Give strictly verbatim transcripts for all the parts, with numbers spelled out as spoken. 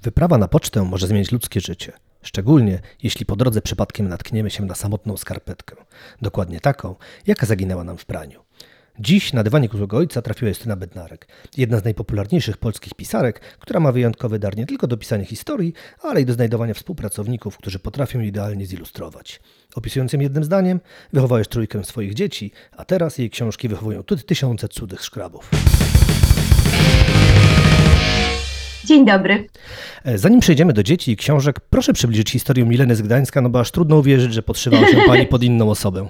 Wyprawa na pocztę może zmienić ludzkie życie. Szczególnie, jeśli po drodze przypadkiem natkniemy się na samotną skarpetkę. Dokładnie taką, jaka zaginęła nam w praniu. Dziś na dywanik u złego ojca trafiła Justyna Bednarek, jedna z najpopularniejszych polskich pisarek, która ma wyjątkowy dar nie tylko do pisania historii, ale i do znajdowania współpracowników, którzy potrafią idealnie zilustrować. Opisując ją jednym zdaniem, wychowałeś trójkę swoich dzieci, a teraz jej książki wychowują tu tysiące cudych szkrabów. Dzień dobry. Zanim przejdziemy do dzieci i książek, proszę przybliżyć historię Mileny z Gdańska, no bo aż trudno uwierzyć, że podszywała się pani pod inną osobę.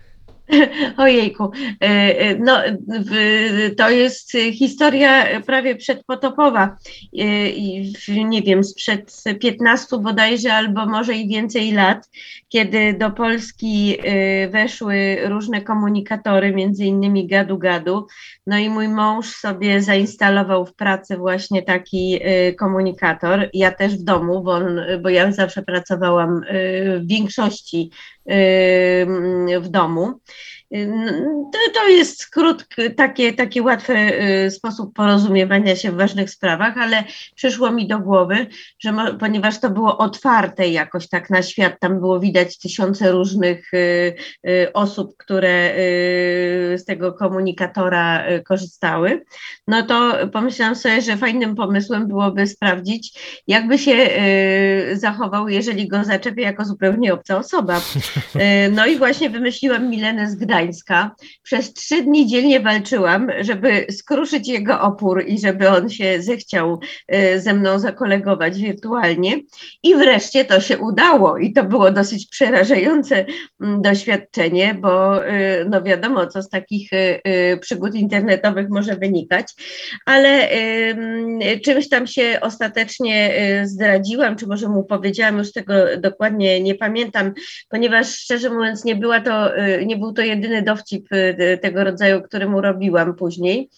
Ojejku, no to jest historia prawie przedpotopowa i nie wiem, sprzed piętnastu bodajże albo może i więcej lat, kiedy do Polski weszły różne komunikatory, między innymi gadu-gadu, no i mój mąż sobie zainstalował w pracy właśnie taki komunikator, ja też w domu, bo, on, bo ja zawsze pracowałam w większości w domu. To, to jest krótki, takie, taki łatwy sposób porozumiewania się w ważnych sprawach, ale przyszło mi do głowy, że mo, ponieważ to było otwarte jakoś tak na świat, tam było widać tysiące różnych y, y, osób, które y, z tego komunikatora y, korzystały, no to pomyślałam sobie, że fajnym pomysłem byłoby sprawdzić, jakby się y, zachował, jeżeli go zaczepię jako zupełnie obca osoba. Y, no i właśnie wymyśliłam Milenę z Gdańska. Przez trzy dni dzielnie walczyłam, żeby skruszyć jego opór i żeby on się zechciał ze mną zakolegować wirtualnie i wreszcie to się udało i to było dosyć przerażające doświadczenie, bo no wiadomo, co z takich przygód internetowych może wynikać, ale czymś tam się ostatecznie zdradziłam, czy może mu powiedziałam, już tego dokładnie nie pamiętam, ponieważ szczerze mówiąc nie była to, nie był to jedyny dowcip tego rodzaju, który mu robiłam później.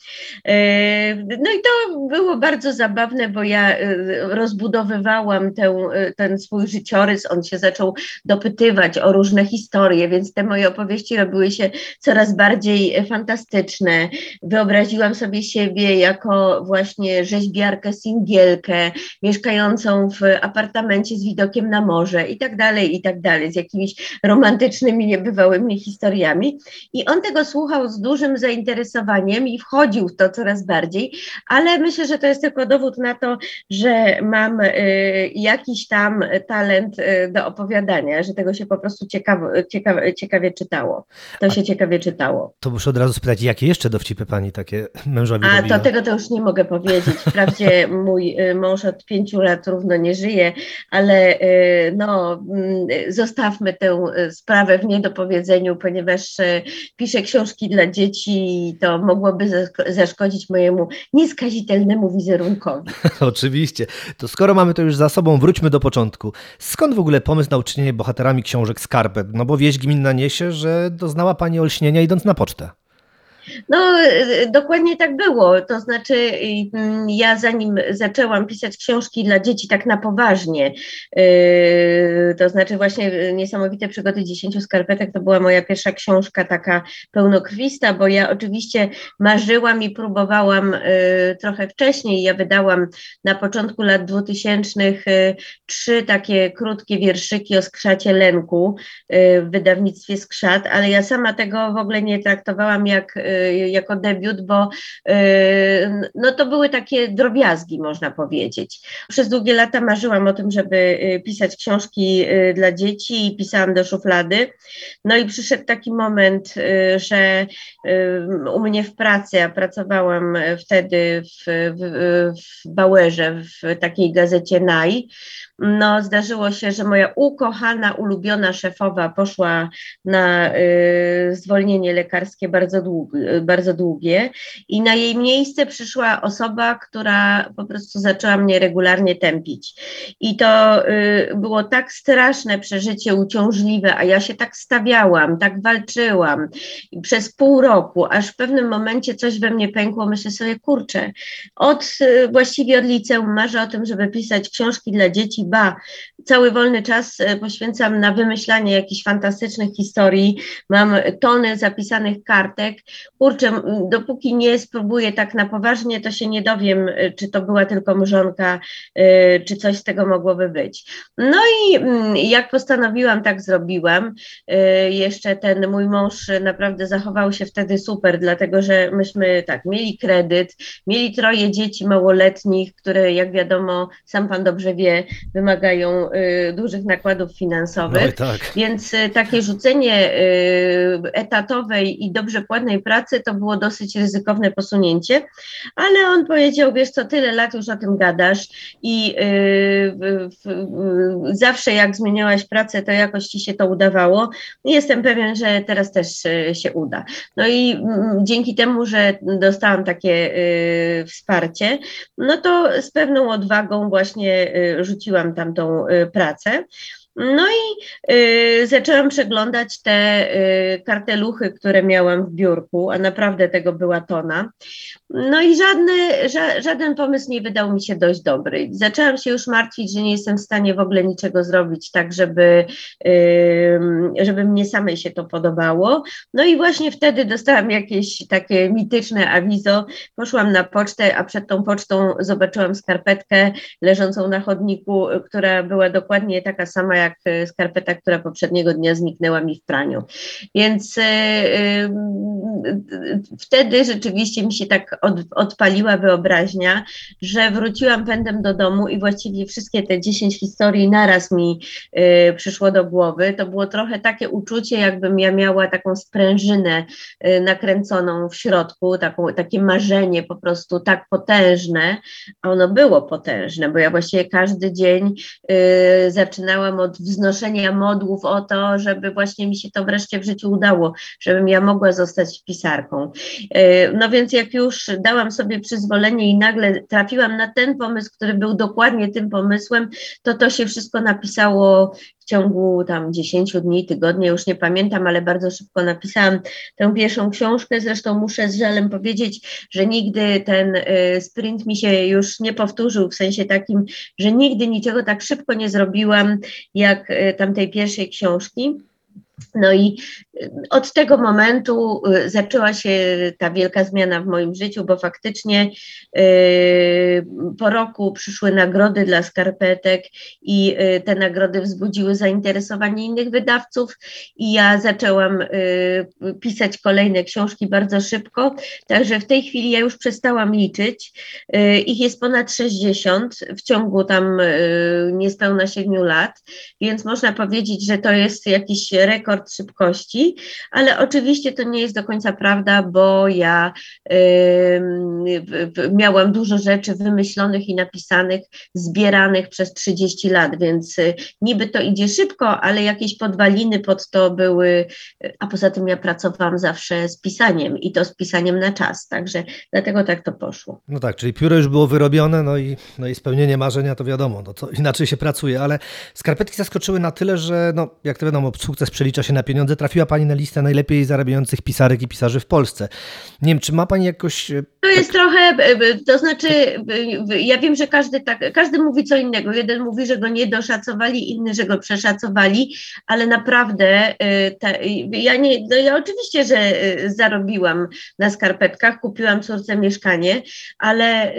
No i to było bardzo zabawne, bo ja rozbudowywałam tę, ten swój życiorys, on się zaczął dopytywać o różne historie, więc te moje opowieści robiły się coraz bardziej fantastyczne. Wyobraziłam sobie siebie jako właśnie rzeźbiarkę, singielkę, mieszkającą w apartamencie z widokiem na morze i tak dalej, i tak dalej, z jakimiś romantycznymi, niebywałymi historiami. I on tego słuchał z dużym zainteresowaniem i wchodził w to coraz bardziej, ale myślę, że to jest tylko dowód na to, że mam y, jakiś tam talent y, do opowiadania, że tego się po prostu ciekawo, ciekawie, ciekawie czytało. To się ciekawie czytało. To muszę od razu spytać, jakie jeszcze dowcipy pani takie mężowi A robiła? to tego to już nie mogę powiedzieć. Wprawdzie mój mąż od pięciu lat równo nie żyje, ale y, no, y, zostawmy tę sprawę w niedopowiedzeniu, ponieważ piszę książki dla dzieci i to mogłoby zaszkodzić mojemu nieskazitelnemu wizerunkowi. Oczywiście. To skoro mamy to już za sobą, wróćmy do początku. Skąd w ogóle pomysł na uczynienie bohaterami książek skarpet? No bo wieść gminna niesie, że doznała pani olśnienia idąc na pocztę. No, dokładnie tak było. To znaczy, ja zanim zaczęłam pisać książki dla dzieci tak na poważnie, to znaczy właśnie Niesamowite przygody dziesięciu skarpetek to była moja pierwsza książka taka pełnokrwista, bo ja oczywiście marzyłam i próbowałam trochę wcześniej. Ja wydałam na początku lat dwutysięcznych trzy takie krótkie wierszyki o skrzacie Lenku w wydawnictwie Skrzat, ale ja sama tego w ogóle nie traktowałam jak jako debiut, bo no to były takie drobiazgi, można powiedzieć. Przez długie lata marzyłam o tym, żeby pisać książki dla dzieci i pisałam do szuflady. No i przyszedł taki moment, że u mnie w pracy, ja pracowałam wtedy w, w, w Bauerze, w takiej gazecie Naj, no zdarzyło się, że moja ukochana, ulubiona szefowa poszła na y, zwolnienie lekarskie bardzo, dług, bardzo długie i na jej miejsce przyszła osoba, która po prostu zaczęła mnie regularnie tępić. I to y, było tak straszne przeżycie, uciążliwe, a ja się tak stawiałam, tak walczyłam przez pół roku, aż w pewnym momencie coś we mnie pękło, myślę sobie, kurczę, od, właściwie od liceum marzę o tym, żeby pisać książki dla dzieci, ba, cały wolny czas poświęcam na wymyślanie jakichś fantastycznych historii. Mam tony zapisanych kartek. Kurczę, dopóki nie spróbuję tak na poważnie, to się nie dowiem, czy to była tylko mrzonka, czy coś z tego mogłoby być. No i jak postanowiłam, tak zrobiłam. Jeszcze ten mój mąż naprawdę zachował się wtedy super, dlatego że myśmy tak mieli kredyt, mieli troje dzieci małoletnich, które jak wiadomo, sam pan dobrze wie, wymagają y, dużych nakładów finansowych, no tak. więc y, takie rzucenie y, etatowej i dobrze płatnej pracy to było dosyć ryzykowne posunięcie, ale on powiedział, wiesz co, tyle lat już o tym gadasz i y, y, y, zawsze jak zmieniałaś pracę, to jakoś ci się to udawało. Jestem pewien, że teraz też y, się uda. No i y, dzięki temu, że dostałam takie y, wsparcie, no to z pewną odwagą właśnie y, rzuciłam tamtą y, pracę. No i y, zaczęłam przeglądać te y, karteluchy, które miałam w biurku, a naprawdę tego była tona. No i żadny, ża, żaden pomysł nie wydał mi się dość dobry. Zaczęłam się już martwić, że nie jestem w stanie w ogóle niczego zrobić tak, żeby, y, żeby mnie samej się to podobało. No i właśnie wtedy dostałam jakieś takie mityczne awizo, poszłam na pocztę, a przed tą pocztą zobaczyłam skarpetkę leżącą na chodniku, która była dokładnie taka sama jak skarpeta, która poprzedniego dnia zniknęła mi w praniu. Więc y, y, wtedy rzeczywiście mi się tak od, odpaliła wyobraźnia, że wróciłam pędem do domu i właściwie wszystkie te dziesięć historii naraz mi y, przyszło do głowy. To było trochę takie uczucie, jakbym ja miała taką sprężynę y, nakręconą w środku, taką, takie marzenie po prostu tak potężne, a ono było potężne, bo ja właściwie każdy dzień y, zaczynałam od wznoszenia modłów o to, żeby właśnie mi się to wreszcie w życiu udało, żebym ja mogła zostać pisarką. No więc jak już dałam sobie przyzwolenie i nagle trafiłam na ten pomysł, który był dokładnie tym pomysłem, to to się wszystko napisało w ciągu tam dziesięciu dni, tygodnia, już nie pamiętam, ale bardzo szybko napisałam tę pierwszą książkę. Zresztą muszę z żalem powiedzieć, że nigdy ten sprint mi się już nie powtórzył, w sensie takim, że nigdy niczego tak szybko nie zrobiłam, jak tamtej pierwszej książki. No i od tego momentu zaczęła się ta wielka zmiana w moim życiu, bo faktycznie po roku przyszły nagrody dla skarpetek i te nagrody wzbudziły zainteresowanie innych wydawców i ja zaczęłam pisać kolejne książki bardzo szybko, także w tej chwili ja już przestałam liczyć. Ich jest ponad sześćdziesiąt w ciągu tam niespełna siedmiu lat, więc można powiedzieć, że to jest jakiś rekord szybkości, ale oczywiście to nie jest do końca prawda, bo ja y, y, miałam dużo rzeczy wymyślonych i napisanych, zbieranych przez trzydzieści lat, więc y, niby to idzie szybko, ale jakieś podwaliny pod to były, a poza tym ja pracowałam zawsze z pisaniem i to z pisaniem na czas, także dlatego tak to poszło. No tak, czyli pióro już było wyrobione, no i, no i spełnienie marzenia to wiadomo, no to inaczej się pracuje, ale skarpetki zaskoczyły na tyle, że no, jak to wiadomo, sukces przelicza się na pieniądze, trafiła Pani na listę najlepiej zarabiających pisarek i pisarzy w Polsce. Nie wiem, czy ma Pani jakoś... To jest tak... trochę, to znaczy, ja wiem, że każdy tak, każdy mówi co innego. Jeden mówi, że go nie doszacowali, inny, że go przeszacowali, ale naprawdę ta, ja nie, no ja oczywiście, że zarobiłam na skarpetkach, kupiłam córce mieszkanie, ale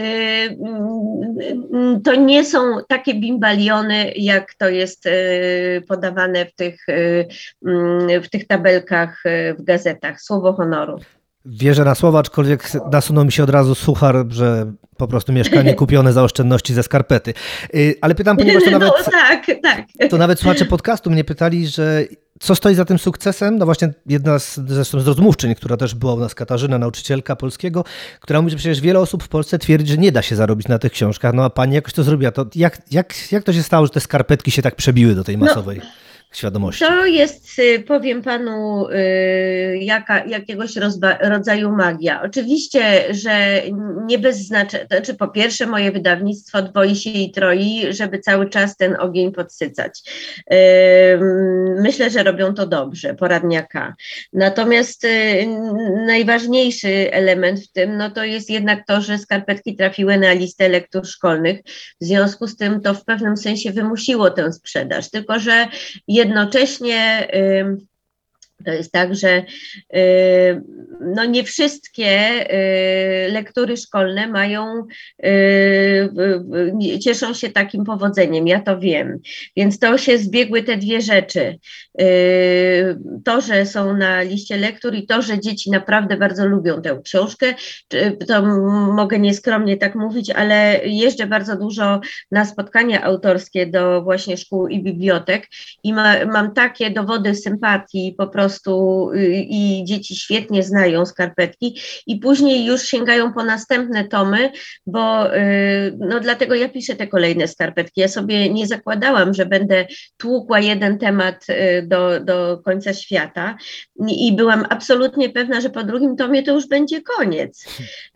to nie są takie bimbaliony, jak to jest podawane w tych, w tych tabelkach w gazetach. Słowo honoru. Wierzę na słowa, aczkolwiek nasunął mi się od razu suchar, że po prostu mieszkanie kupione za oszczędności ze skarpety. Ale pytam, ponieważ to nawet, no, tak, tak. to nawet słuchacze podcastu mnie pytali, że co stoi za tym sukcesem? No właśnie jedna z, zresztą z rozmówczyń, która też była u nas, Katarzyna, nauczycielka polskiego, która mówi, że przecież wiele osób w Polsce twierdzi, że nie da się zarobić na tych książkach, no a Pani jakoś to zrobiła. To jak, jak, jak to się stało, że te skarpetki się tak przebiły do tej masowej? No. świadomości? To jest, powiem panu, jaka, jakiegoś rozba, rodzaju magia. Oczywiście, że nie bez znaczenia, to znaczy po pierwsze moje wydawnictwo dwoi się i troi, żeby cały czas ten ogień podsycać. Myślę, że robią to dobrze, poradniaka. Natomiast najważniejszy element w tym, no to jest jednak to, że skarpetki trafiły na listę lektur szkolnych. W związku z tym to w pewnym sensie wymusiło tę sprzedaż, tylko że jednocześnie to jest tak, że no nie wszystkie lektury szkolne mają, cieszą się takim powodzeniem, ja to wiem. Więc to się zbiegły te dwie rzeczy. To, że są na liście lektur i to, że dzieci naprawdę bardzo lubią tę książkę, to mogę nieskromnie tak mówić, ale jeżdżę bardzo dużo na spotkania autorskie do właśnie szkół i bibliotek i ma, mam takie dowody sympatii po prostu i dzieci świetnie znają skarpetki i później już sięgają po następne tomy, bo no dlatego ja piszę te kolejne skarpetki. Ja sobie nie zakładałam, że będę tłukła jeden temat do, do końca świata i byłam absolutnie pewna, że po drugim tomie to już będzie koniec.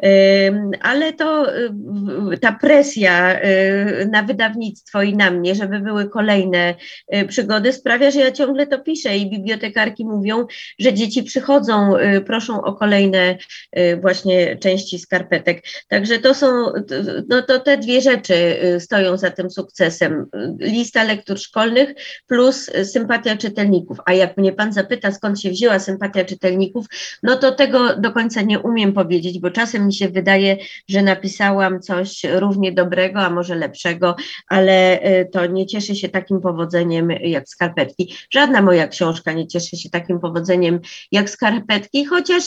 Ale to ta presja na wydawnictwo i na mnie, żeby były kolejne przygody, sprawia, że ja ciągle to piszę i bibliotekarki mówią, że dzieci przychodzą, proszą o kolejne właśnie części skarpetek. Także to są, no to te dwie rzeczy stoją za tym sukcesem. Lista lektur szkolnych plus sympatia czytelników. A jak mnie pan zapyta, skąd się wzięła sympatia czytelników, no to tego do końca nie umiem powiedzieć, bo czasem mi się wydaje, że napisałam coś równie dobrego, a może lepszego, ale to nie cieszy się takim powodzeniem jak skarpetki. Żadna moja książka nie cieszy się takim powodzeniem jak skarpetki, chociaż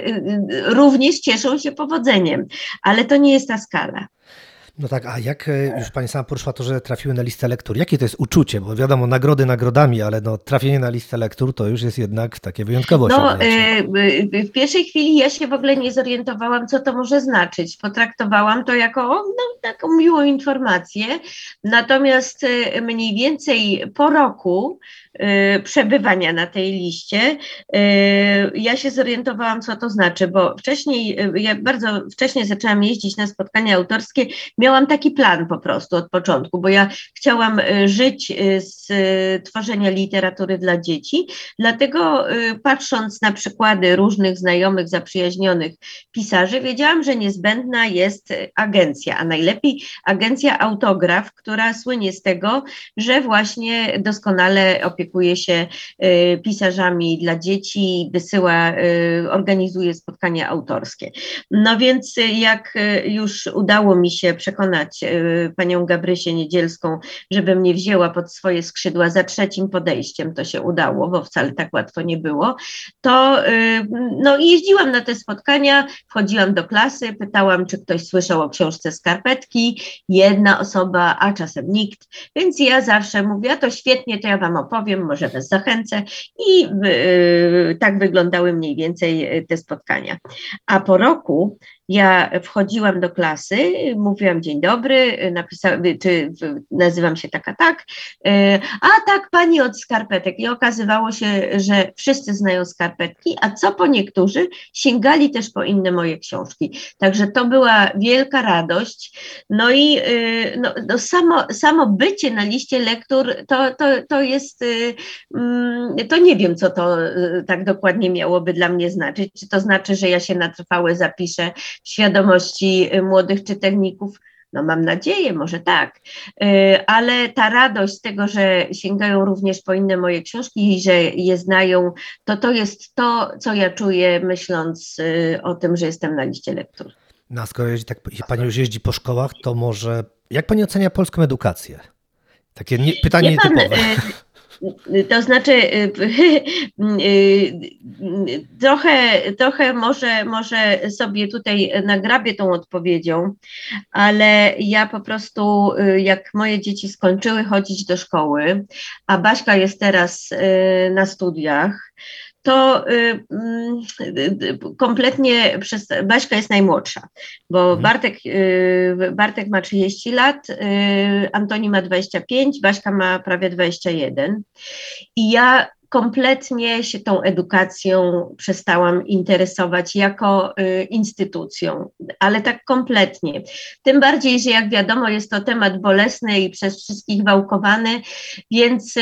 również cieszą się powodzeniem, ale to nie jest ta skala. No tak, a jak już pani sama poruszyła to, że trafiły na listę lektur, jakie to jest uczucie? Bo wiadomo, nagrody nagrodami, ale no, trafienie na listę lektur to już jest jednak takie wyjątkowe osiągnięcie. No, w pierwszej chwili ja się w ogóle nie zorientowałam, co to może znaczyć. Potraktowałam to jako no, taką miłą informację, natomiast mniej więcej po roku przebywania na tej liście, ja się zorientowałam, co to znaczy, bo wcześniej, ja bardzo wcześnie zaczęłam jeździć na spotkania autorskie, miałam taki plan po prostu od początku, bo ja chciałam żyć z tworzenia literatury dla dzieci, dlatego patrząc na przykłady różnych znajomych, zaprzyjaźnionych pisarzy, wiedziałam, że niezbędna jest agencja, a najlepiej agencja Autograf, która słynie z tego, że właśnie doskonale opiekuje się pisarzami dla dzieci, wysyła, organizuje spotkania autorskie. No więc jak już udało mi się przekonać panią Gabrysię Niedzielską, żeby mnie wzięła pod swoje skrzydła za trzecim podejściem, to się udało, bo wcale tak łatwo nie było, to no jeździłam na te spotkania, wchodziłam do klasy, pytałam, czy ktoś słyszał o książce Skarpetki, jedna osoba, a czasem nikt, więc ja zawsze mówię, a to świetnie, to ja wam opowiem, może was zachęcę i yy, tak wyglądały mniej więcej te spotkania. A po roku ja wchodziłam do klasy, mówiłam dzień dobry, napisałam, czy nazywam się taka tak, a tak pani od skarpetek i okazywało się, że wszyscy znają skarpetki, a co po niektórzy sięgali też po inne moje książki. Także to była wielka radość. No i no, no samo, samo bycie na liście lektur to, to, to jest, to nie wiem, co to tak dokładnie miałoby dla mnie znaczyć. Czy to znaczy, że ja się na trwałe zapiszę w świadomości młodych czytelników? No mam nadzieję, może tak, ale ta radość z tego, że sięgają również po inne moje książki i że je znają, to to jest to, co ja czuję, myśląc o tym, że jestem na liście lektur. No a skoro jeździ, tak, pani już jeździ po szkołach, to może jak pani ocenia polską edukację? Takie nie, pytanie Nie pan, nietypowe. To znaczy trochę, trochę może, może sobie tutaj nagrabię tą odpowiedzią, ale ja po prostu jak moje dzieci skończyły chodzić do szkoły, a Baśka jest teraz na studiach, to y, y, kompletnie przez, Baśka jest najmłodsza, bo mhm. Bartek, y, Bartek ma trzydzieści lat, y, Antoni ma dwadzieścia pięć, Baśka ma prawie dwadzieścia jeden i ja kompletnie się tą edukacją przestałam interesować jako y, instytucją, ale tak kompletnie. Tym bardziej, że jak wiadomo jest to temat bolesny i przez wszystkich wałkowany, więc y,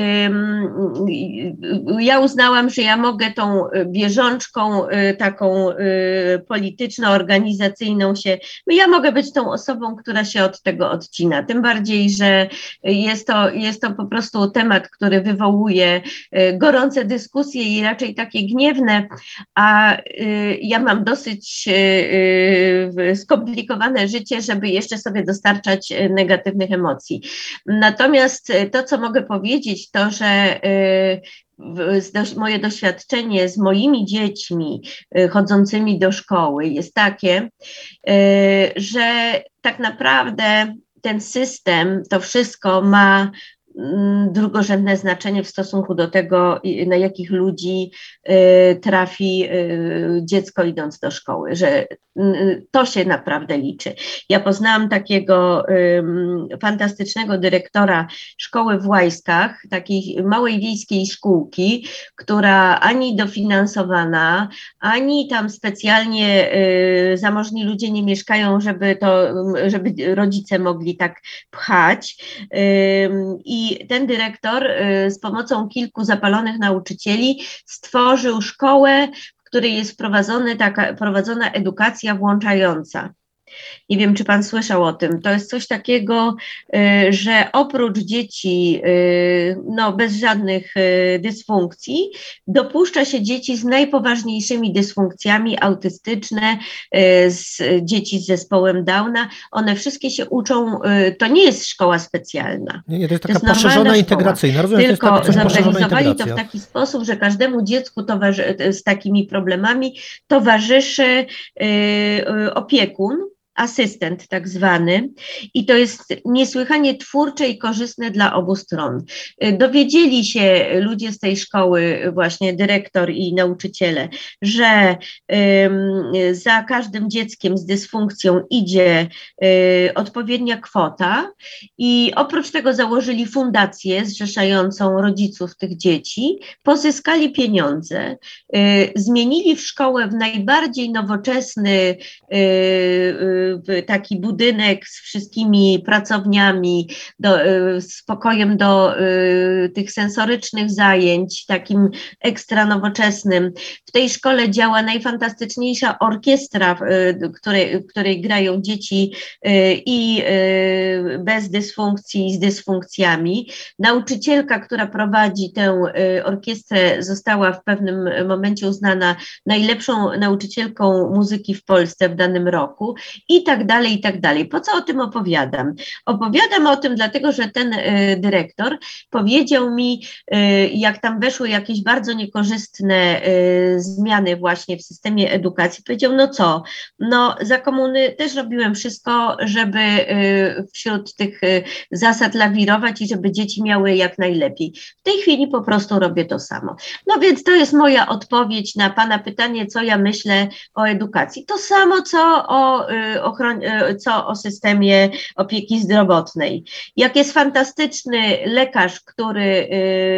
y, ja uznałam, że ja mogę tą bieżączką y, taką y, polityczno-organizacyjną się, ja mogę być tą osobą, która się od tego odcina. Tym bardziej, że jest to, jest to po prostu temat, który wywołuje gorące dyskusje i raczej takie gniewne, a y, ja mam dosyć y, y, skomplikowane życie, żeby jeszcze sobie dostarczać negatywnych emocji. Natomiast to, co mogę powiedzieć, to, że y, moje doświadczenie z moimi dziećmi chodzącymi do szkoły jest takie, że tak naprawdę ten system, to wszystko ma drugorzędne znaczenie w stosunku do tego, na jakich ludzi trafi dziecko idąc do szkoły, że to się naprawdę liczy. Ja poznałam takiego fantastycznego dyrektora szkoły w Łajskach, takiej małej wiejskiej szkółki, która ani dofinansowana, ani tam specjalnie zamożni ludzie nie mieszkają, żeby to, żeby rodzice mogli tak pchać. I I ten dyrektor z pomocą kilku zapalonych nauczycieli stworzył szkołę, w której jest prowadzony taka, prowadzona edukacja włączająca. Nie wiem, czy pan słyszał o tym. To jest coś takiego, że oprócz dzieci no, bez żadnych dysfunkcji, dopuszcza się dzieci z najpoważniejszymi dysfunkcjami, autystyczne, z dzieci z zespołem Downa. One wszystkie się uczą, to nie jest szkoła specjalna. Nie, nie, to jest taka to jest poszerzona integracyjna. Rozumiem, tylko to jest taka zorganizowali to w taki sposób, że każdemu dziecku towarzy, z takimi problemami towarzyszy yy, opiekun, asystent tak zwany, i to jest niesłychanie twórcze i korzystne dla obu stron. Dowiedzieli się ludzie z tej szkoły, właśnie dyrektor i nauczyciele, że y, za każdym dzieckiem z dysfunkcją idzie y, odpowiednia kwota i oprócz tego założyli fundację zrzeszającą rodziców tych dzieci, pozyskali pieniądze, y, zmienili w szkołę w najbardziej nowoczesny y, y, taki budynek z wszystkimi pracowniami, do, z pokojem do y, tych sensorycznych zajęć, takim ekstra nowoczesnym. W tej szkole działa najfantastyczniejsza orkiestra, y, której, której grają dzieci y, i y, bez dysfunkcji, i z dysfunkcjami. Nauczycielka, która prowadzi tę y, orkiestrę, została w pewnym momencie uznana najlepszą nauczycielką muzyki w Polsce w danym roku. I tak dalej, i tak dalej. Po co o tym opowiadam? Opowiadam o tym dlatego, że ten y, dyrektor powiedział mi, y, jak tam weszły jakieś bardzo niekorzystne y, zmiany właśnie w systemie edukacji, powiedział, no co, no za komuny też robiłem wszystko, żeby y, wśród tych y, zasad lawirować i żeby dzieci miały jak najlepiej. W tej chwili po prostu robię to samo. No więc to jest moja odpowiedź na pana pytanie, co ja myślę o edukacji. To samo, co o y, ochron- co o systemie opieki zdrowotnej. Jak jest fantastyczny lekarz, który y,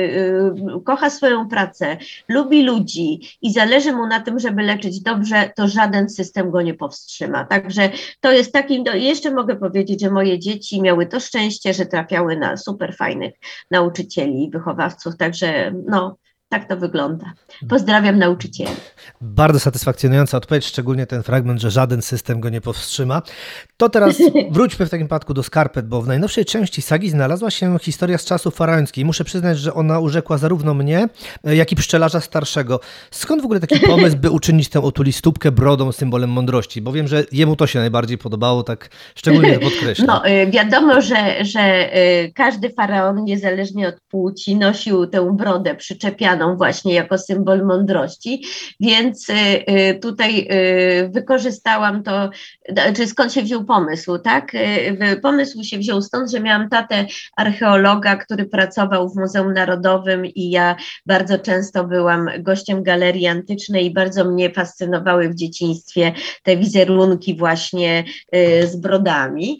y, kocha swoją pracę, lubi ludzi i zależy mu na tym, żeby leczyć dobrze, to żaden system go nie powstrzyma. Także to jest takim, no, jeszcze mogę powiedzieć, że moje dzieci miały to szczęście, że trafiały na super fajnych nauczycieli i wychowawców, także no, tak to wygląda. Pozdrawiam nauczycieli. Bardzo satysfakcjonująca odpowiedź, szczególnie ten fragment, że żaden system go nie powstrzyma. To teraz wróćmy w takim przypadku do skarpet, bo w najnowszej części sagi znalazła się historia z czasów faraońskich. Muszę przyznać, że ona urzekła zarówno mnie, jak i pszczelarza starszego. Skąd w ogóle taki pomysł, by uczynić tę otulistópkę brodą symbolem mądrości? Bo wiem, że jemu to się najbardziej podobało, tak szczególnie podkreślam. No wiadomo, że, że każdy faraon, niezależnie od płci, nosił tę brodę przyczepianą ścianą właśnie jako symbol mądrości, więc tutaj wykorzystałam to, czy skąd się wziął pomysł, tak? Pomysł się wziął stąd, że miałam tatę archeologa, który pracował w Muzeum Narodowym i ja bardzo często byłam gościem galerii antycznej i bardzo mnie fascynowały w dzieciństwie te wizerunki właśnie z brodami,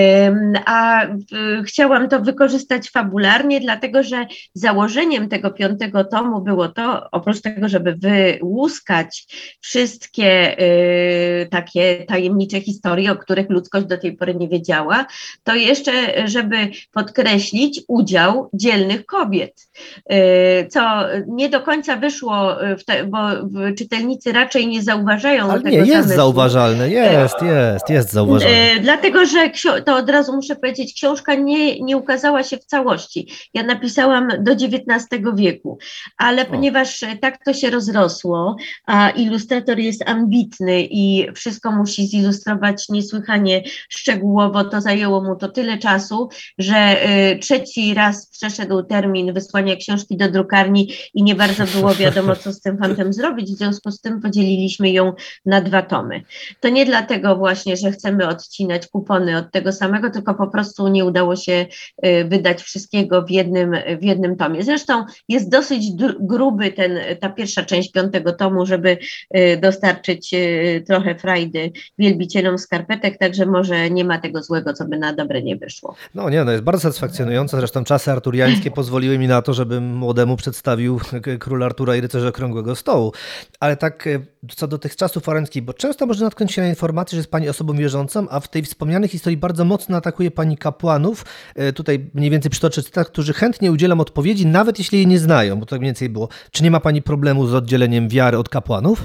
a chciałam to wykorzystać fabularnie, dlatego że założeniem tego piątego tomu było to, oprócz tego, żeby wyłuskać wszystkie takie tajemnicze historie, o których ludzkość do tej pory nie wiedziała, to jeszcze, żeby podkreślić udział dzielnych kobiet, co nie do końca wyszło, w te, bo czytelnicy raczej nie zauważają Ale tego nie, jest zamysłu. zauważalne, jest, jest, jest zauważalne. Dlatego, że to od razu muszę powiedzieć, książka nie, nie ukazała się w całości. Ja napisałam do dziewiętnastego wieku, ale o. ponieważ tak to się rozrosło, a ilustrator jest ambitny i wszystko musi zilustrować niesłychanie szczegółowo, to zajęło mu to tyle czasu, że y, trzeci raz przeszedł termin wysłania książki do drukarni i nie bardzo było wiadomo, co z tym fantem zrobić, w związku z tym podzieliliśmy ją na dwa tomy. To nie dlatego właśnie, że chcemy odcinać kupony od tego samego, tylko po prostu nie udało się y, wydać wszystkiego w jednym, w jednym tomie. Zresztą jest dosyć gruby ten, ta pierwsza część piątego tomu, żeby y, dostarczyć y, trochę frajdy wielbicielom skarpetek, także może nie ma tego złego, co by na dobre nie wyszło. No nie, no jest bardzo satysfakcjonujące, zresztą czasy arturiańskie pozwoliły mi na to, żebym młodemu przedstawił Króla Artura i Rycerza Okrągłego Stołu, ale tak co do tych czasów florenckich, bo często można natknąć się na informację, że jest pani osobą wierzącą, a w tej wspomnianej historii bardzo mocno atakuje pani kapłanów, tutaj mniej więcej przytoczę cytat, którzy chętnie udzielam odpowiedzi, nawet jeśli jej nie znają, bo tak mniej więcej było. Czy nie ma pani problemu z oddzieleniem wiary od kapłanów?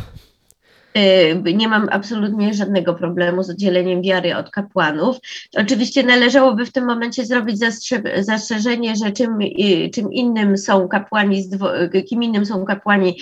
Nie mam absolutnie żadnego problemu z oddzieleniem wiary od kapłanów. Oczywiście należałoby w tym momencie zrobić zastrze- zastrzeżenie, że czym, czym innym są kapłani, z dwo- kim innym są kapłani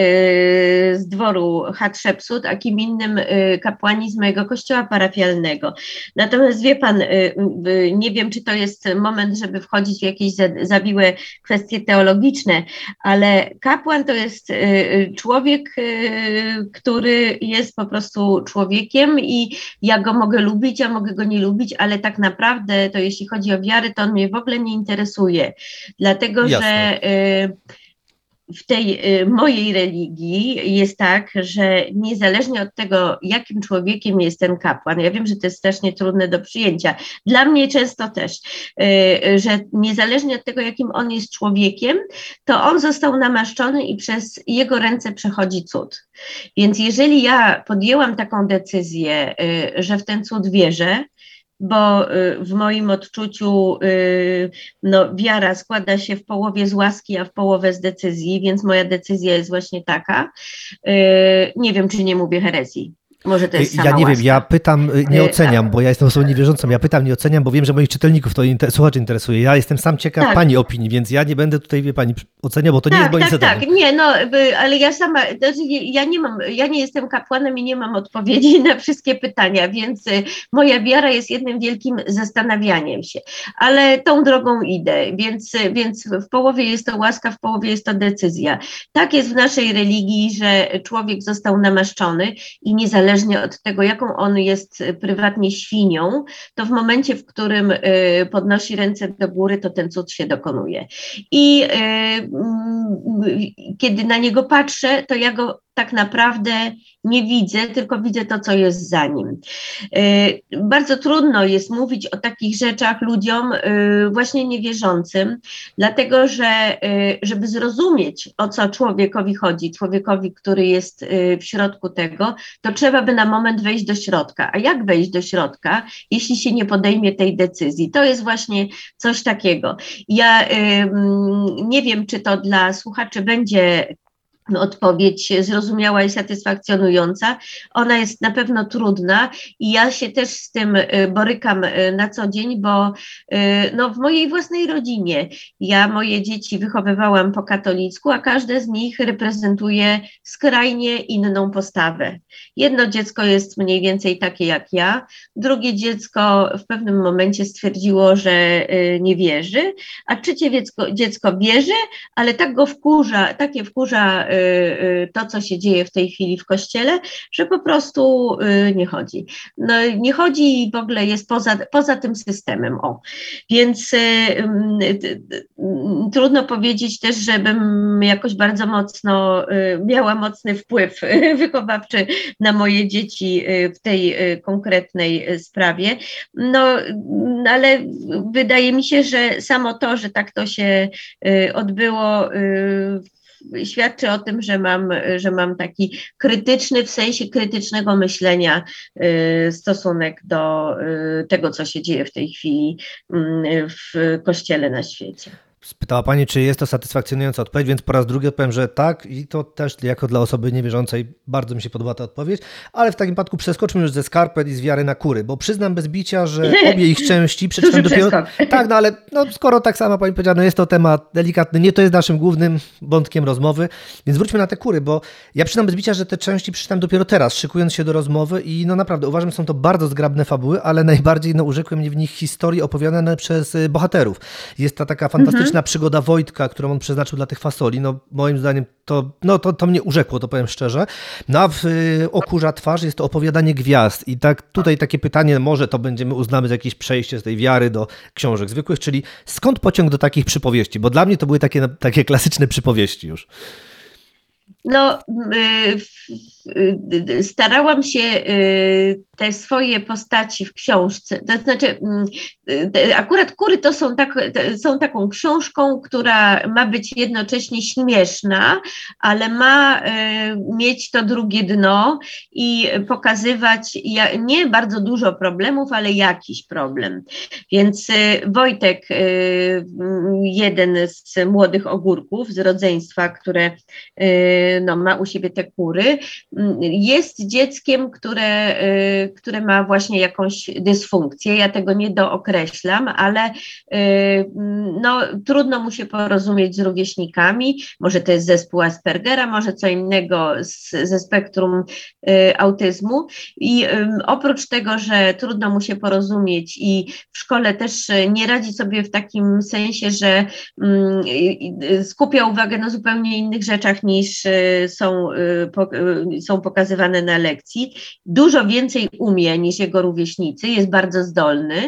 z dworu Hatshepsut, a kim innym kapłani z mojego kościoła parafialnego. Natomiast wie pan, nie wiem, czy to jest moment, żeby wchodzić w jakieś zawiłe kwestie teologiczne, ale kapłan to jest człowiek, który jest po prostu człowiekiem i ja go mogę lubić, ja mogę go nie lubić, ale tak naprawdę to jeśli chodzi o wiarę, to on mnie w ogóle nie interesuje, dlatego Jasne. że y, w tej y, mojej religii jest tak, że niezależnie od tego, jakim człowiekiem jest ten kapłan, ja wiem, że to jest strasznie trudne do przyjęcia, dla mnie często też, y, że niezależnie od tego, jakim on jest człowiekiem, to on został namaszczony i przez jego ręce przechodzi cud. Więc jeżeli ja podjęłam taką decyzję, y, że w ten cud wierzę, bo w moim odczuciu no, wiara składa się w połowie z łaski, a w połowę z decyzji, więc moja decyzja jest właśnie taka. Nie wiem, czy nie mówię herezji. Może to jest sama Ja nie łaska. wiem, ja pytam, nie oceniam, bo ja jestem osobą niewierzącą, ja pytam, nie oceniam, bo wiem, że moich czytelników to inter- słuchaczy interesuje. Ja jestem sam ciekaw tak. pani opinii, więc ja nie będę tutaj, wie pani, oceniał, bo to tak, nie jest moim tak, zadaniem. Tak, nie, no, ale ja sama, ja nie mam, ja nie jestem kapłanem i nie mam odpowiedzi na wszystkie pytania, więc moja wiara jest jednym wielkim zastanawianiem się, ale tą drogą idę, więc, więc w połowie jest to łaska, w połowie jest to decyzja. Tak jest w naszej religii, że człowiek został namaszczony i niezależnie od tego, jaką on jest prywatnie świnią, to w momencie, w którym y, podnosi ręce do góry, to ten cud się dokonuje. I y, y, kiedy na niego patrzę, to ja go tak naprawdę nie widzę, tylko widzę to, co jest za nim. Bardzo trudno jest mówić o takich rzeczach ludziom właśnie niewierzącym, dlatego że żeby zrozumieć, o co człowiekowi chodzi, człowiekowi, który jest w środku tego, to trzeba by na moment wejść do środka. A jak wejść do środka, jeśli się nie podejmie tej decyzji? To jest właśnie coś takiego. Ja nie wiem, czy to dla słuchaczy będzie odpowiedź zrozumiała i satysfakcjonująca. Ona jest na pewno trudna i ja się też z tym borykam na co dzień, bo no, w mojej własnej rodzinie ja moje dzieci wychowywałam po katolicku, a każde z nich reprezentuje skrajnie inną postawę. Jedno dziecko jest mniej więcej takie jak ja, drugie dziecko w pewnym momencie stwierdziło, że nie wierzy, a trzecie dziecko, dziecko wierzy, ale tak go wkurza, takie wkurza to, co się dzieje w tej chwili w kościele, że po prostu nie chodzi. No, nie chodzi i w ogóle jest poza, poza tym systemem. O. Więc y, y, y, trudno powiedzieć też, żebym jakoś bardzo mocno y, miała mocny wpływ y, wychowawczy na moje dzieci y, w tej y, konkretnej y, sprawie. No, ale wydaje mi się, że samo to, że tak to się y, odbyło, y, świadczy o tym, że mam, że mam taki krytyczny, w sensie krytycznego myślenia y, stosunek do y, tego, co się dzieje w tej chwili y, w Kościele na świecie. Spytała Pani, czy jest to satysfakcjonująca odpowiedź, więc po raz drugi odpowiem, że tak i to też jako dla osoby niewierzącej bardzo mi się podoba ta odpowiedź, ale w takim wypadku przeskoczmy już ze skarpet i z wiary na kury, bo przyznam bez bicia, że obie ich części przeczytam dopiero... Tak, no ale no, skoro tak sama Pani powiedziała, no jest to temat delikatny, nie to jest naszym głównym wątkiem rozmowy, więc wróćmy na te kury, bo ja przyznam bez bicia, że te części przeczytam dopiero teraz, szykując się do rozmowy i no naprawdę uważam, że są to bardzo zgrabne fabuły, ale najbardziej no, urzekły mnie w nich historie opowiadane przez bohaterów. Jest ta taka fantastyczna przygoda Wojtka, którą on przeznaczył dla tych fasoli, no moim zdaniem to, no, to, to mnie urzekło, to powiem szczerze. No a w y, O kurza twarz jest to opowiadanie gwiazd i tak tutaj takie pytanie, może to będziemy uznamy za jakieś przejście z tej wiary do książek zwykłych, czyli skąd pociąg do takich przypowieści? Bo dla mnie to były takie, takie klasyczne przypowieści już. No, y, y, starałam się y, te swoje postaci w książce, to znaczy y, akurat Kury to są, tak, są taką książką, która ma być jednocześnie śmieszna, ale ma y, mieć to drugie dno i pokazywać nie bardzo dużo problemów, ale jakiś problem. Więc y, Wojtek, y, jeden z młodych ogórków z rodzeństwa, które y, no, ma u siebie te kury, jest dzieckiem, które, które ma właśnie jakąś dysfunkcję. Ja tego nie dookreślam, ale no, trudno mu się porozumieć z rówieśnikami. Może to jest zespół Aspergera, może co innego z, ze spektrum autyzmu. I oprócz tego, że trudno mu się porozumieć i w szkole też nie radzi sobie w takim sensie, że skupia uwagę na zupełnie innych rzeczach niż są, są pokazywane na lekcji. Dużo więcej umie niż jego rówieśnicy, jest bardzo zdolny,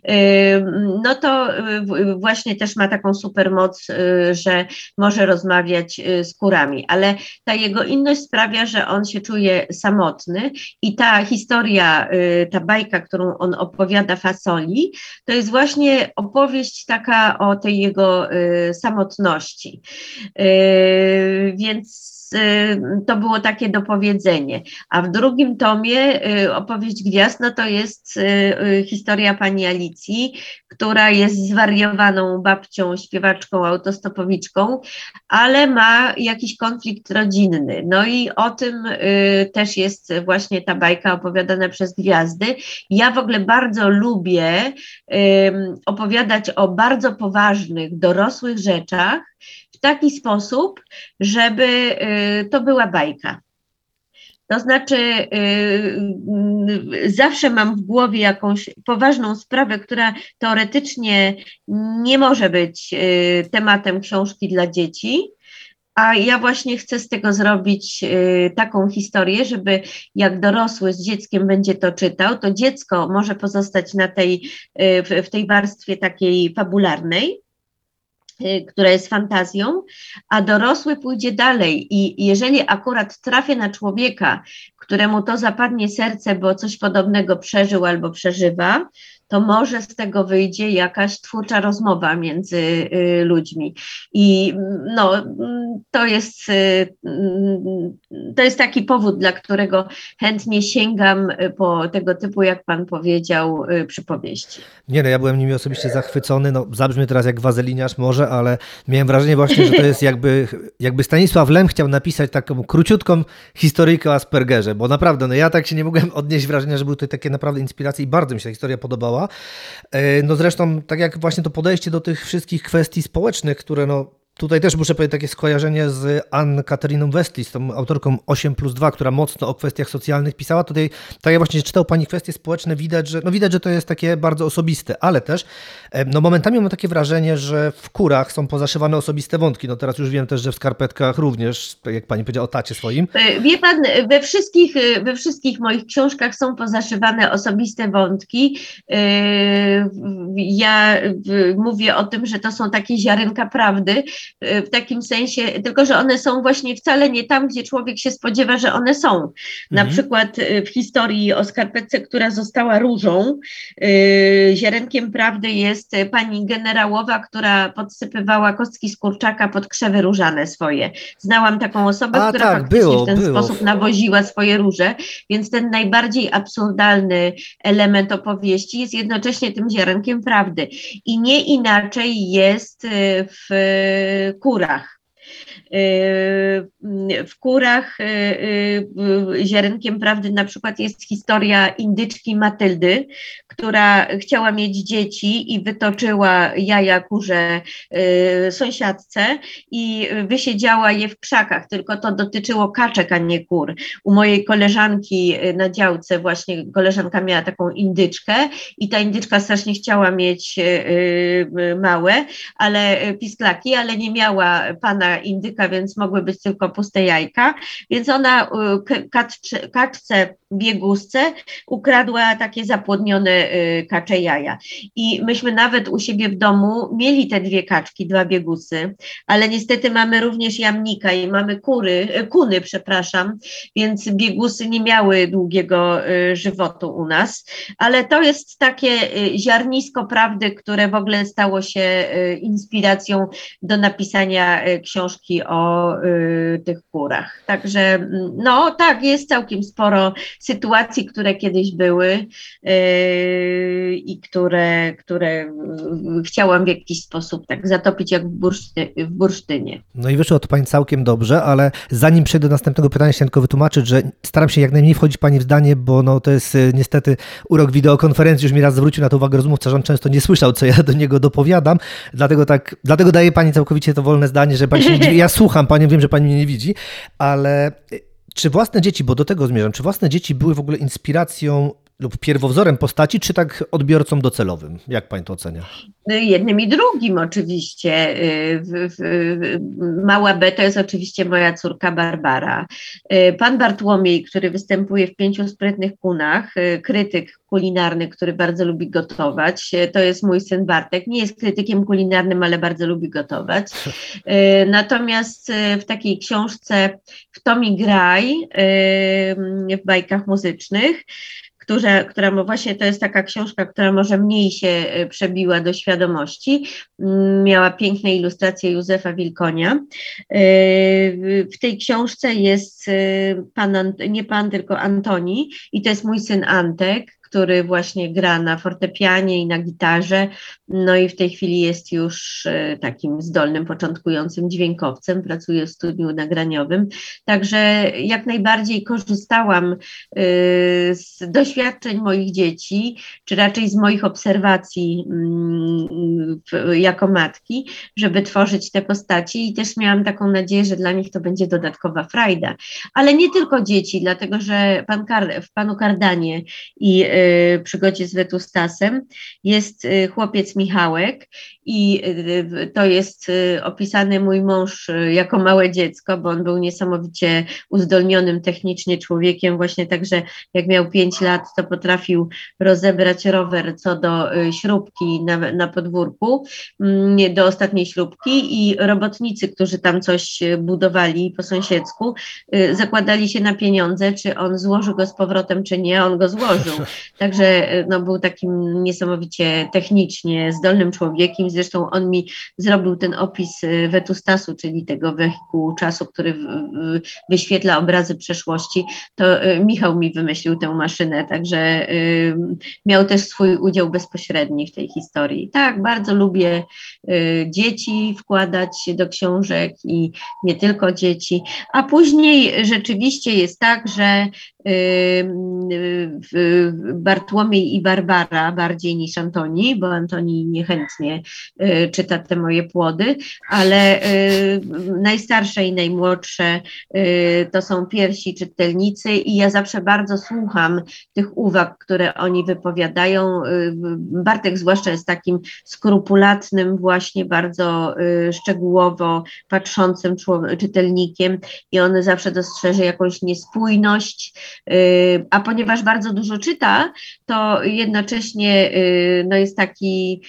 no to właśnie też ma taką supermoc, że może rozmawiać z kurami, ale ta jego inność sprawia, że on się czuje samotny i ta historia, ta bajka, którą on opowiada Fasoli, to jest właśnie opowieść taka o tej jego samotności. Więc to było takie dopowiedzenie. A w drugim tomie Opowieść Gwiazd, no to jest historia pani Alicji, która jest zwariowaną babcią, śpiewaczką, autostopowiczką, ale ma jakiś konflikt rodzinny. No i o tym też jest właśnie ta bajka opowiadana przez gwiazdy. Ja w ogóle bardzo lubię opowiadać o bardzo poważnych, dorosłych rzeczach, w taki sposób, żeby y, to była bajka. To znaczy y, y, zawsze mam w głowie jakąś poważną sprawę, która teoretycznie nie może być y, tematem książki dla dzieci, a ja właśnie chcę z tego zrobić y, taką historię, żeby jak dorosły z dzieckiem będzie to czytał, to dziecko może pozostać na tej, y, w, w tej warstwie takiej fabularnej, która jest fantazją, a dorosły pójdzie dalej i jeżeli akurat trafię na człowieka, któremu to zapadnie serce, bo coś podobnego przeżył albo przeżywa, to może z tego wyjdzie jakaś twórcza rozmowa między y, ludźmi. I no, to jest, y, to jest taki powód, dla którego chętnie sięgam po tego typu, jak pan powiedział, y, przypowieści. Nie no, ja byłem nimi osobiście zachwycony, no zabrzmi teraz jak wazeliniarz może, ale miałem wrażenie właśnie, że to jest jakby, jakby Stanisław Lem chciał napisać taką króciutką historyjkę o Aspergerze, bo naprawdę, no ja tak się nie mogłem odnieść wrażenia, że były to takie naprawdę inspiracje i bardzo mi się ta historia podobała. No zresztą, tak jak właśnie to podejście do tych wszystkich kwestii społecznych, które no tutaj też muszę powiedzieć takie skojarzenie z Ann-Kathariną Westli, z tą autorką osiem plus dwa, która mocno o kwestiach socjalnych pisała. Tutaj, tak jak właśnie czytał pani kwestie społeczne, widać, że, no widać, że to jest takie bardzo osobiste, ale też no momentami mam takie wrażenie, że w Kurach są pozaszywane osobiste wątki. No teraz już wiem też, że w Skarpetkach również, tak jak pani powiedziała o tacie swoim. Wie pan, we wszystkich, we wszystkich moich książkach są pozaszywane osobiste wątki. Ja mówię o tym, że to są takie ziarenka prawdy, w takim sensie, tylko że one są właśnie wcale nie tam, gdzie człowiek się spodziewa, że one są. Na mhm. przykład w historii o skarpetce, która została różą, ziarenkiem prawdy jest pani generałowa, która podsypywała kostki z kurczaka pod krzewy różane swoje. Znałam taką osobę, A, która tak, faktycznie było, w ten było. sposób nawoziła swoje róże, więc ten najbardziej absurdalny element opowieści jest jednocześnie tym ziarenkiem prawdy. I nie inaczej jest w Kurach. W Kurach ziarenkiem prawdy na przykład jest historia indyczki Matyldy, która chciała mieć dzieci i wytoczyła jaja kurze sąsiadce i wysiedziała je w krzakach, tylko to dotyczyło kaczek, a nie kur. U mojej koleżanki na działce właśnie koleżanka miała taką indyczkę i ta indyczka strasznie chciała mieć małe, ale pisklaki, ale nie miała pana indyka, więc mogły być tylko puste jajka, więc ona kaczce, kaczce biegusce ukradła takie zapłodnione kacze jaja. I myśmy nawet u siebie w domu mieli te dwie kaczki, dwa biegusy, ale niestety mamy również jamnika i mamy kury, kuny, przepraszam, więc biegusy nie miały długiego żywotu u nas, ale to jest takie ziarnisko prawdy, które w ogóle stało się inspiracją do napisania książki o y, tych kurach. Także no tak, jest całkiem sporo sytuacji, które kiedyś były y, i które, które chciałam w jakiś sposób tak zatopić jak w, burszty, w bursztynie. No i wyszło to pani całkiem dobrze, ale zanim przejdę do następnego pytania, chciałem tylko wytłumaczyć, że staram się jak najmniej wchodzić pani w zdanie, bo no to jest y, niestety urok wideokonferencji, już mi raz zwrócił na to uwagę rozmówca, że on często nie słyszał, co ja do niego dopowiadam, dlatego tak, dlatego daję pani całkowicie to wolne zdanie, że pani się nie dziwi. Ja słucham panią, wiem, że pani mnie nie widzi, ale czy własne dzieci, bo do tego zmierzam, czy własne dzieci były w ogóle inspiracją lub pierwowzorem postaci, czy tak odbiorcą docelowym? Jak pani to ocenia? Jednym i drugim oczywiście. Mała B to jest oczywiście moja córka Barbara. Pan Bartłomiej, który występuje w Pięciu sprytnych kunach, krytyk kulinarny, który bardzo lubi gotować, to jest mój syn Bartek. Nie jest krytykiem kulinarnym, ale bardzo lubi gotować. Natomiast w takiej książce W to mi graj, w bajkach muzycznych, Która, która właśnie to jest taka książka, która może mniej się przebiła do świadomości. Miała piękne ilustracje Józefa Wilkonia. W tej książce jest pan, nie pan, tylko Antoni i to jest mój syn Antek, który właśnie gra na fortepianie i na gitarze, no i w tej chwili jest już takim zdolnym, początkującym dźwiękowcem, pracuje w studiu nagraniowym, także jak najbardziej korzystałam z doświadczeń moich dzieci, czy raczej z moich obserwacji jako matki, żeby tworzyć te postaci i też miałam taką nadzieję, że dla nich to będzie dodatkowa frajda, ale nie tylko dzieci, dlatego że pan Kar- w panu Kardanie i Przygodzie z Wetustasem, jest chłopiec Michałek i to jest opisany mój mąż jako małe dziecko, bo on był niesamowicie uzdolnionym technicznie człowiekiem, właśnie także jak miał pięć lat, to potrafił rozebrać rower co do śrubki na, na podwórku, do ostatniej śrubki i robotnicy, którzy tam coś budowali po sąsiedzku, zakładali się na pieniądze, czy on złoży go z powrotem, czy nie, on go złożył. Także no, był takim niesamowicie technicznie zdolnym człowiekiem, zresztą on mi zrobił ten opis Wetustasu, czyli tego wehikułu czasu, który w, w, wyświetla obrazy przeszłości, to Michał mi wymyślił tę maszynę, także y, miał też swój udział bezpośredni w tej historii. Tak, bardzo lubię y, dzieci wkładać do książek i nie tylko dzieci, a później rzeczywiście jest tak, że y, y, Bartłomiej i Barbara bardziej niż Antoni, bo Antoni niechętnie y, czyta te moje płody, ale y, najstarsze i najmłodsze y, to są pierwsi czytelnicy i ja zawsze bardzo słucham tych uwag, które oni wypowiadają. Y, Bartek zwłaszcza jest takim skrupulatnym, właśnie bardzo y, szczegółowo patrzącym czytelnikiem i on zawsze dostrzeże jakąś niespójność, y, a ponieważ bardzo dużo czyta, to jednocześnie y, no jest taki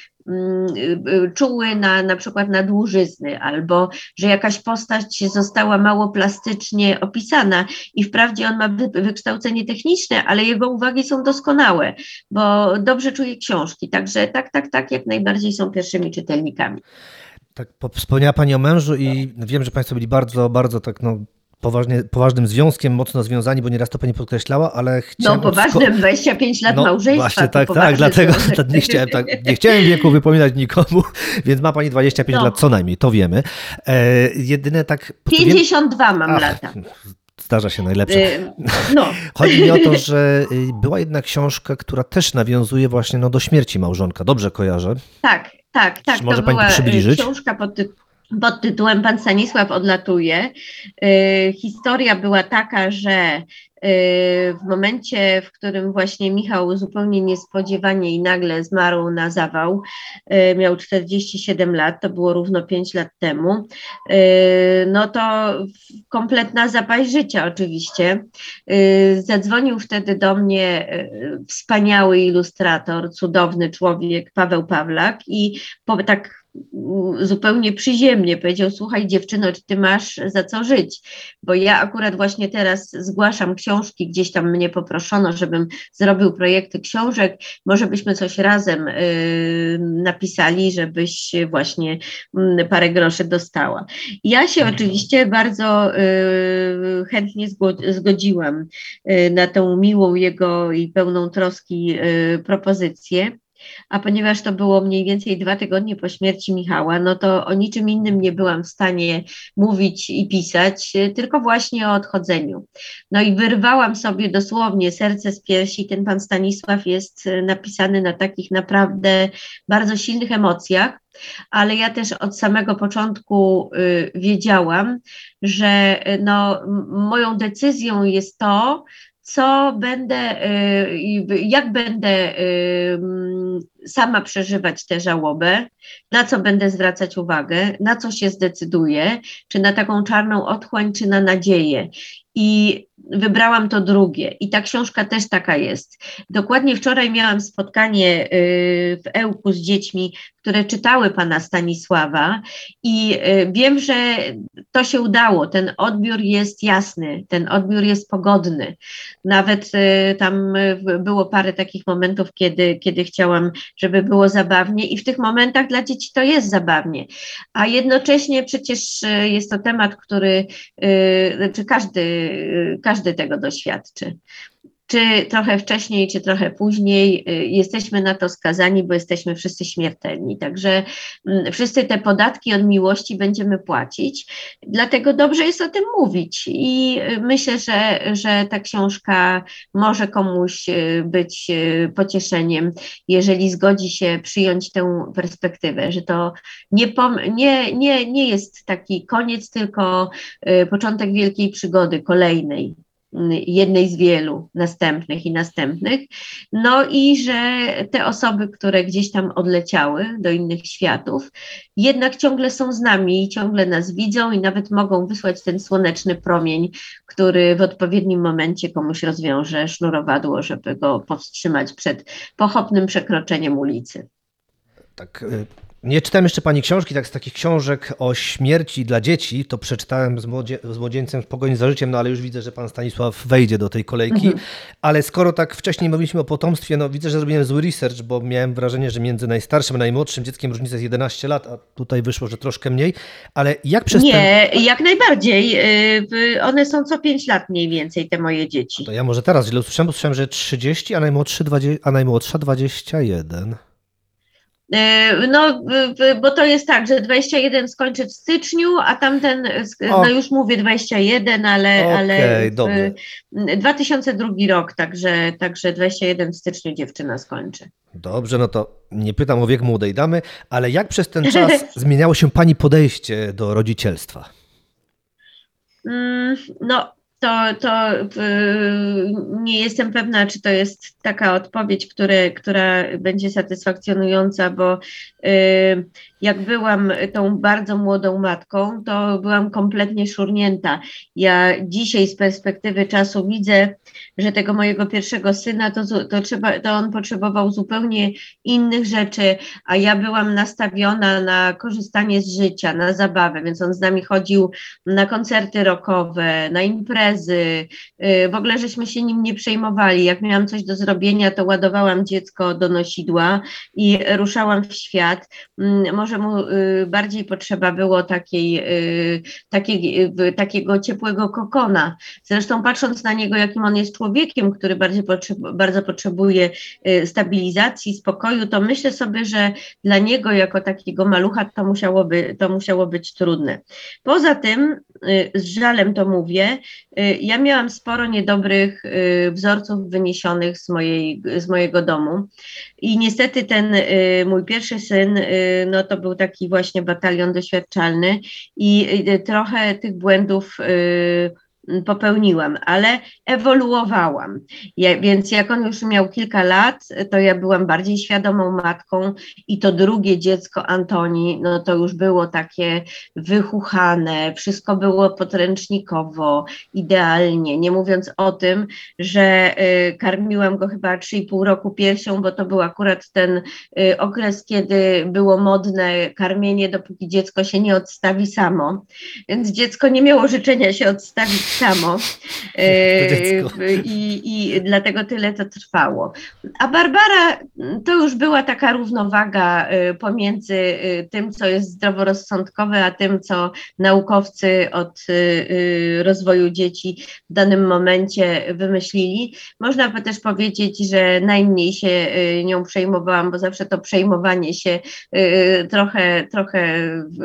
czuły na, na przykład na dłużyzny, albo że jakaś postać została mało plastycznie opisana i wprawdzie on ma wy, wykształcenie techniczne, ale jego uwagi są doskonałe, bo dobrze czuje książki, także tak, tak, tak, jak najbardziej są pierwszymi czytelnikami. Tak, wspomniała Pani o mężu i wiem, że Państwo byli bardzo, bardzo tak no Poważnie, poważnym związkiem, mocno związani, bo nieraz to Pani podkreślała, ale chciałem... No poważnym, dwadzieścia pięć lat no, małżeństwa. Właśnie tak, tak, dlatego nie chciałem, tak, nie chciałem wieku wypominać nikomu, więc ma Pani dwadzieścia pięć no. lat co najmniej, to wiemy. E, jedyne tak... pięćdziesiąt dwa mam Ach, lata. Zdarza się najlepsze. Yy, no. Chodzi mi o to, że była jedna książka, która też nawiązuje właśnie no, do śmierci małżonka. Dobrze kojarzę? Tak, tak, tak. Czy może to Pani była przybliżyć? Książka pod tytułem pod tytułem Pan Stanisław odlatuje. Historia była taka, że w momencie, w którym właśnie Michał zupełnie niespodziewanie i nagle zmarł na zawał, miał czterdzieści siedem lat, to było równo pięć lat temu, no to kompletna zapaść życia oczywiście. Zadzwonił wtedy do mnie wspaniały ilustrator, cudowny człowiek Paweł Pawlak i po, tak zupełnie przyziemnie powiedział: słuchaj dziewczyno, czy ty masz za co żyć, bo ja akurat właśnie teraz zgłaszam książki, gdzieś tam mnie poproszono, żebym zrobił projekty książek, może byśmy coś razem y, napisali, żebyś właśnie y, parę groszy dostała. Ja się oczywiście bardzo y, chętnie zgodziłam y, na tę miłą jego i pełną troski y, propozycję. A ponieważ to było mniej więcej dwa tygodnie po śmierci Michała, no to o niczym innym nie byłam w stanie mówić i pisać, tylko właśnie o odchodzeniu. No i wyrwałam sobie dosłownie serce z piersi. Ten pan Stanisław jest napisany na takich naprawdę bardzo silnych emocjach, ale ja też od samego początku y, wiedziałam, że y, no, moją decyzją jest to, co będę, jak będę sama przeżywać tę żałobę, na co będę zwracać uwagę, na co się zdecyduję, czy na taką czarną otchłań, czy na nadzieję. I wybrałam to drugie i ta książka też taka jest. Dokładnie wczoraj miałam spotkanie w Ełku z dziećmi, które czytały pana Stanisława i wiem, że to się udało. Ten odbiór jest jasny, ten odbiór jest pogodny. Nawet tam było parę takich momentów, kiedy, kiedy chciałam, żeby było zabawnie i w tych momentach dla dzieci to jest zabawnie. A jednocześnie przecież jest to temat, który, czy każdy Każdy tego doświadczy. Czy trochę wcześniej, czy trochę później jesteśmy na to skazani, bo jesteśmy wszyscy śmiertelni. Także wszyscy te podatki od miłości będziemy płacić. Dlatego dobrze jest o tym mówić. I myślę, że, że ta książka może komuś być pocieszeniem, jeżeli zgodzi się przyjąć tę perspektywę, że to nie, pom- nie, nie, nie jest taki koniec, tylko początek wielkiej przygody, kolejnej. jednej z wielu następnych i następnych. No i że te osoby, które gdzieś tam odleciały do innych światów, jednak ciągle są z nami i ciągle nas widzą i nawet mogą wysłać ten słoneczny promień, który w odpowiednim momencie komuś rozwiąże sznurowadło, żeby go powstrzymać przed pochopnym przekroczeniem ulicy. Tak, nie czytałem jeszcze pani książki, tak z takich książek o śmierci dla dzieci, to przeczytałem z, młodzie, z młodzieńcem w pogoni za życiem, no ale już widzę, że pan Stanisław wejdzie do tej kolejki, mhm. ale skoro tak wcześniej mówiliśmy o potomstwie, no widzę, że zrobiłem zły research, bo miałem wrażenie, że między najstarszym a najmłodszym dzieckiem różnica jest jedenaście lat, a tutaj wyszło, że troszkę mniej, ale jak przez Nie, ten... jak najbardziej, one są co pięć lat mniej więcej, te moje dzieci. To ja może teraz źle usłyszałem, bo słyszałem, że trzydzieści, a, najmłodszy dwadzieścia, a najmłodsza dwadzieścia jeden. No, bo to jest tak, że dwadzieścia jeden skończy w styczniu, a tamten, o. no już mówię dwadzieścia jeden, ale, okay, ale dobrze. dwa tysiące drugi rok, także, także dwadzieścia jeden w styczniu dziewczyna skończy. Dobrze, no to nie pytam o wiek młodej damy, ale jak przez ten czas zmieniało się pani podejście do rodzicielstwa? No, to, to yy, nie jestem pewna, czy to jest taka odpowiedź, które, która będzie satysfakcjonująca, bo yy, jak byłam tą bardzo młodą matką, to byłam kompletnie szurnięta. Ja dzisiaj z perspektywy czasu widzę, że tego mojego pierwszego syna, to, to, trzeba, to on potrzebował zupełnie innych rzeczy, a ja byłam nastawiona na korzystanie z życia, na zabawę, więc on z nami chodził na koncerty rockowe, na imprezy, w ogóle żeśmy się nim nie przejmowali. Jak miałam coś do zrobienia, to ładowałam dziecko do nosidła i ruszałam w świat. Może mu bardziej potrzeba było takiej, takiej, takiego ciepłego kokona. Zresztą patrząc na niego, jakim on jest człowiekiem, który bardzo, potrzeb- bardzo potrzebuje stabilizacji, spokoju, to myślę sobie, że dla niego jako takiego malucha to musiałoby, to musiało być trudne. Poza tym, z żalem to mówię, ja miałam sporo niedobrych wzorców wyniesionych z, mojej, z mojego domu i niestety ten mój pierwszy syn, no to był taki właśnie batalion doświadczalny i trochę tych błędów popełniłam, ale ewoluowałam. Ja, więc jak on już miał kilka lat, to ja byłam bardziej świadomą matką i to drugie dziecko Antoni, no to już było takie wychuchane, wszystko było podręcznikowo, idealnie, nie mówiąc o tym, że y, karmiłam go chyba trzy i pół roku piersią, bo to był akurat ten y, okres, kiedy było modne karmienie, dopóki dziecko się nie odstawi samo, więc dziecko nie miało życzenia się odstawić samo I, i dlatego tyle to trwało. A Barbara to już była taka równowaga pomiędzy tym, co jest zdroworozsądkowe, a tym, co naukowcy od rozwoju dzieci w danym momencie wymyślili. Można by też powiedzieć, że najmniej się nią przejmowałam, bo zawsze to przejmowanie się trochę, trochę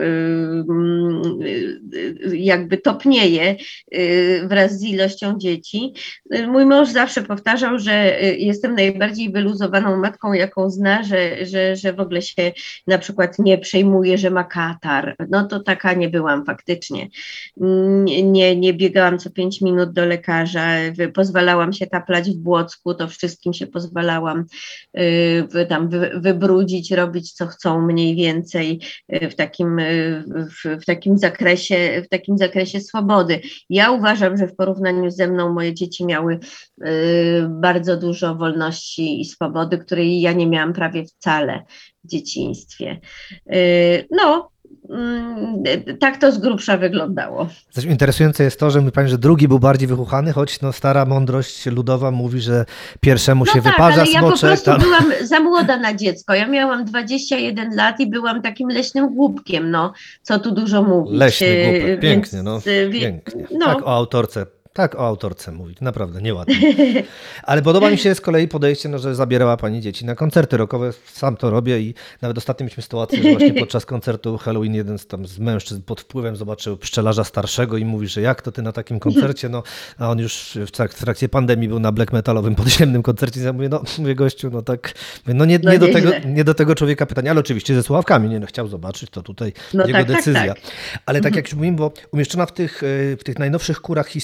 jakby topnieje wraz z ilością dzieci. Mój mąż zawsze powtarzał, że jestem najbardziej wyluzowaną matką, jaką zna, że, że, że w ogóle się na przykład nie przejmuje, że ma katar. No to taka nie byłam faktycznie. Nie, nie biegałam co pięć minut do lekarza, pozwalałam się taplać w błocku, to wszystkim się pozwalałam tam wybrudzić, robić co chcą mniej więcej w takim, w, w takim zakresie, w takim zakresie swobody. Ja uważam, że w porównaniu ze mną moje dzieci miały y, bardzo dużo wolności i swobody, której ja nie miałam prawie wcale w dzieciństwie. Y, no, y, tak to z grubsza wyglądało. Coś interesujące jest to, że mówi pani, że drugi był bardziej wychuchany, choć no, stara mądrość ludowa mówi, że pierwszemu no się tak, wyparza ale smoczek. Ja po prostu tam. byłam za młoda na dziecko. Ja miałam dwadzieścia jeden lat i byłam takim leśnym głupkiem, no, co tu dużo mówić. Leśny głupek, pięknie, Więc, no, wie, pięknie. No. Tak o autorce. Tak o autorce mówić, naprawdę nieładnie. Ale podoba mi się z kolei podejście, no, że zabierała pani dzieci na koncerty rockowe, sam to robię i nawet ostatnio mieliśmy sytuację, że właśnie podczas koncertu Halloween jeden z, tam, z mężczyzn pod wpływem zobaczył pszczelarza starszego i mówi, że jak to ty na takim koncercie, no a on już w, trak- w trakcie pandemii był na black metalowym podziemnym koncercie i ja mówię, no mówię gościu, no tak, no nie, nie, do, tego, nie do tego człowieka pytania, ale oczywiście ze słuchawkami, nie no, chciał zobaczyć, to tutaj no jego tak, decyzja. Tak, tak. Ale tak jak już mówiłem, bo umieszczona w tych, w tych najnowszych kurach historia o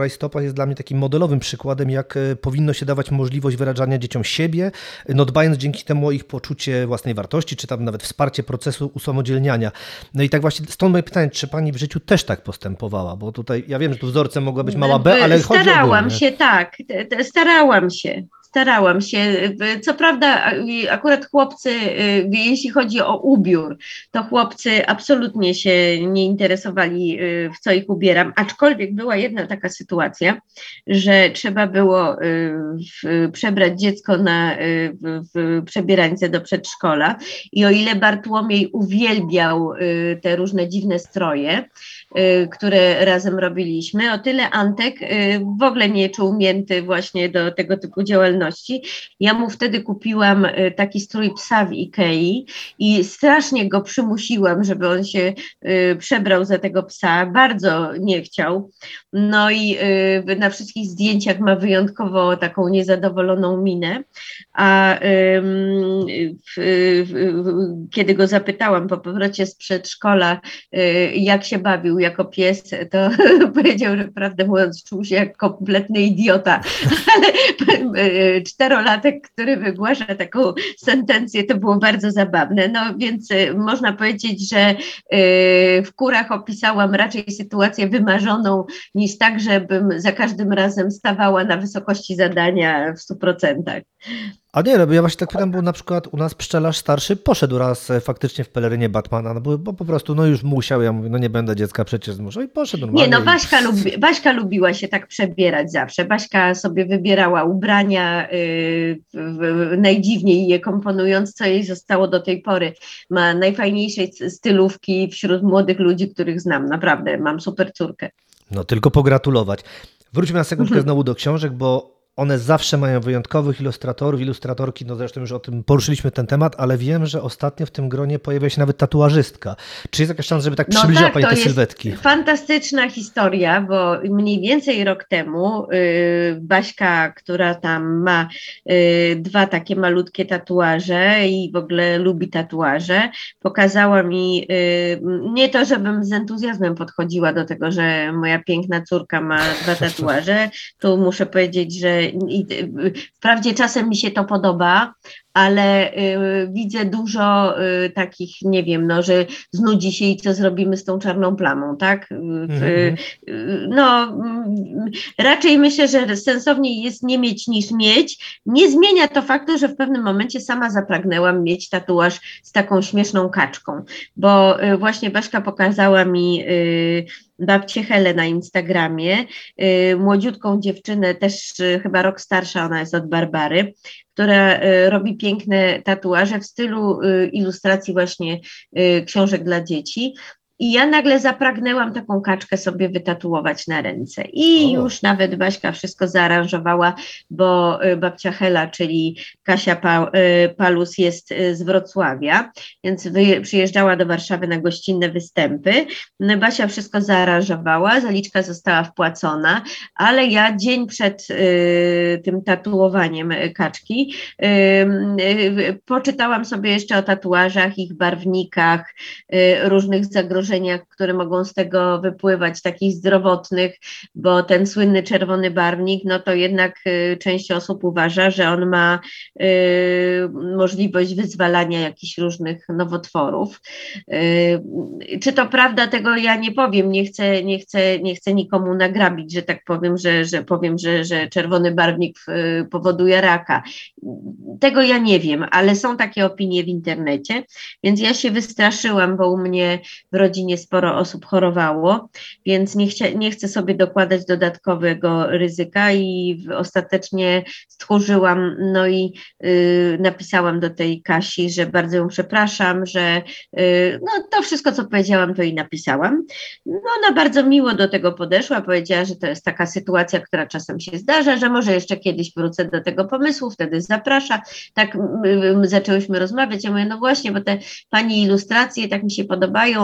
rajstopach jest dla mnie takim modelowym przykładem, jak powinno się dawać możliwość wyrażania dzieciom siebie, no dbając dzięki temu o ich poczucie własnej wartości, czy tam nawet wsparcie procesu usamodzielniania. No i tak właśnie stąd moje pytanie, czy pani w życiu też tak postępowała? Bo tutaj ja wiem, że tu wzorcem mogła być mała B, ale chodzi o Starałam się, tak, starałam się. Starałam się. Co prawda akurat chłopcy, jeśli chodzi o ubiór, to chłopcy absolutnie się nie interesowali, w co ich ubieram, aczkolwiek była jedna taka sytuacja, że trzeba było w, przebrać dziecko na w, w przebierańce do przedszkola i o ile Bartłomiej uwielbiał te różne dziwne stroje, które razem robiliśmy, o tyle Antek w ogóle nie czuł mięty właśnie do tego typu działalności. Ja mu wtedy kupiłam taki strój psa w Ikei i strasznie go przymusiłam, żeby on się przebrał za tego psa. Bardzo nie chciał. No i na wszystkich zdjęciach ma wyjątkowo taką niezadowoloną minę. A kiedy go zapytałam po powrocie z przedszkola, jak się bawił jako pies, to powiedział, że prawdę mówiąc czuł się jak kompletny idiota, ale czterolatek, który wygłasza taką sentencję, to było bardzo zabawne. No więc można powiedzieć, że w Kurach opisałam raczej sytuację wymarzoną niż tak, żebym za każdym razem stawała na wysokości zadania w stu procentach. A nie, no ja właśnie tak pytam, bo na przykład u nas pszczelarz starszy poszedł raz faktycznie w pelerynie Batmana, no bo, bo po prostu no już musiał, ja mówię, no nie będę dziecka przecież zmuszał i poszedł normalnie. Nie, no Baśka, i... lubi, Baśka lubiła się tak przebierać zawsze. Baśka sobie wybierała ubrania, yy, najdziwniej je komponując, co jej zostało do tej pory. Ma najfajniejsze stylówki wśród młodych ludzi, których znam, naprawdę, mam super córkę. No tylko pogratulować. Wróćmy na sekundkę mhm. znowu do książek, bo one zawsze mają wyjątkowych ilustratorów, ilustratorki, no zresztą już o tym poruszyliśmy ten temat, ale wiem, że ostatnio w tym gronie pojawia się nawet tatuażystka. Czy jest jakaś szansa, żeby tak no przybliżyła tak, Pani te sylwetki? Jest fantastyczna historia, bo mniej więcej rok temu yy, Baśka, która tam ma yy, dwa takie malutkie tatuaże i w ogóle lubi tatuaże, pokazała mi, yy, nie to, żebym z entuzjazmem podchodziła do tego, że moja piękna córka ma dwa tatuaże, tu muszę powiedzieć, że I, wprawdzie czasem mi się to podoba, ale y, widzę dużo y, takich, nie wiem, no, że znudzi się i co zrobimy z tą czarną plamą, tak? Y, mm-hmm. y, no, y, raczej myślę, że sensowniej jest nie mieć niż mieć. Nie zmienia to faktu, że w pewnym momencie sama zapragnęłam mieć tatuaż z taką śmieszną kaczką, bo y, właśnie Baśka pokazała mi y, babcię Helę na Instagramie, y, młodziutką dziewczynę, też y, chyba rok starsza, ona jest od Barbary, która y, robi piękne tatuaże w stylu y, ilustracji właśnie y, książek dla dzieci. I ja nagle zapragnęłam taką kaczkę sobie wytatuować na ręce. I o. już nawet Baśka wszystko zaaranżowała, bo babcia Hela, czyli Kasia pa, Palus jest z Wrocławia, więc wy, przyjeżdżała do Warszawy na gościnne występy. Basia wszystko zaaranżowała, zaliczka została wpłacona, ale ja dzień przed y, tym tatuowaniem kaczki y, y, poczytałam sobie jeszcze o tatuażach, ich barwnikach, y, różnych zagrożeniach, które mogą z tego wypływać, takich zdrowotnych, bo ten słynny czerwony barwnik, no to jednak y, część osób uważa, że on ma y, możliwość wyzwalania jakichś różnych nowotworów. Y, czy to prawda, tego ja nie powiem, nie chcę, nie chcę, nie chcę nikomu nagrabić, że tak powiem, że, że powiem, że, że czerwony barwnik y, powoduje raka. Tego ja nie wiem, ale są takie opinie w internecie, więc ja się wystraszyłam, bo u mnie w rodzinie sporo osób chorowało, więc nie, chcia, nie chcę sobie dokładać dodatkowego ryzyka i ostatecznie stchórzyłam, no i y, napisałam do tej Kasi, że bardzo ją przepraszam, że y, no to wszystko, co powiedziałam, to i napisałam. No ona bardzo miło do tego podeszła, powiedziała, że to jest taka sytuacja, która czasem się zdarza, że może jeszcze kiedyś wrócę do tego pomysłu, wtedy zaprasza. Tak y, y, zaczęłyśmy rozmawiać, ja mówię, no właśnie, bo te pani ilustracje tak mi się podobają, one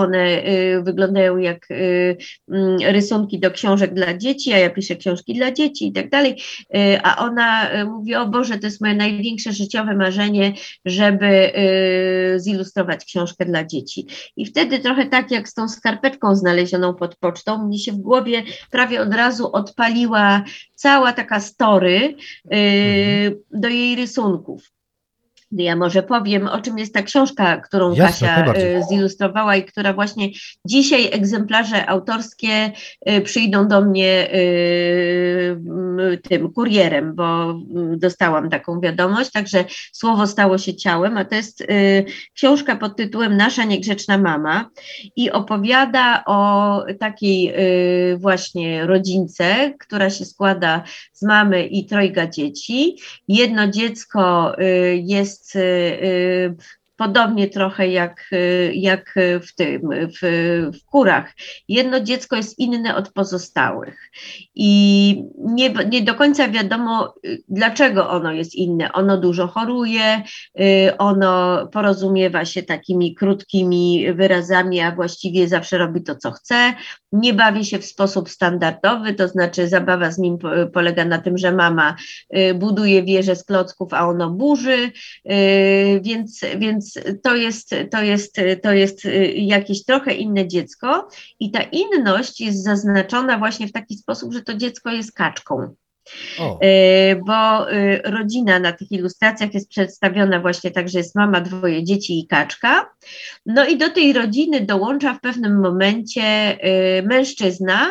y, wyglądają jak y, y, rysunki do książek dla dzieci, a ja piszę książki dla dzieci i tak dalej, y, a ona y, mówi, o Boże, to jest moje największe życiowe marzenie, żeby y, zilustrować książkę dla dzieci. I wtedy trochę tak jak z tą skarpetką znalezioną pod pocztą, mnie się w głowie prawie od razu odpaliła cała taka story y, Mhm. do jej rysunków. Ja może powiem, o czym jest ta książka, którą Jasne, jak Kasia najbardziej. y, zilustrowała i która właśnie dzisiaj egzemplarze autorskie y, przyjdą do mnie y, m, tym kurierem, bo mm, dostałam taką wiadomość, także słowo stało się ciałem, a to jest y, książka pod tytułem Nasza niegrzeczna mama i opowiada o takiej y, właśnie rodzince, która się składa z mamy i trojga dzieci. Jedno dziecko y, jest y, podobnie trochę jak, jak w tym, w, w Kurach. Jedno dziecko jest inne od pozostałych i nie, nie do końca wiadomo, dlaczego ono jest inne. Ono dużo choruje, ono porozumiewa się takimi krótkimi wyrazami, a właściwie zawsze robi to, co chce. Nie bawi się w sposób standardowy, to znaczy zabawa z nim polega na tym, że mama buduje wieżę z klocków, a ono burzy, więc, więc to jest, to jest, to jest jakieś trochę inne dziecko i ta inność jest zaznaczona właśnie w taki sposób, że to dziecko jest kaczką. O. Bo rodzina na tych ilustracjach jest przedstawiona właśnie tak, że jest mama, dwoje dzieci i kaczka. No i do tej rodziny dołącza w pewnym momencie mężczyzna.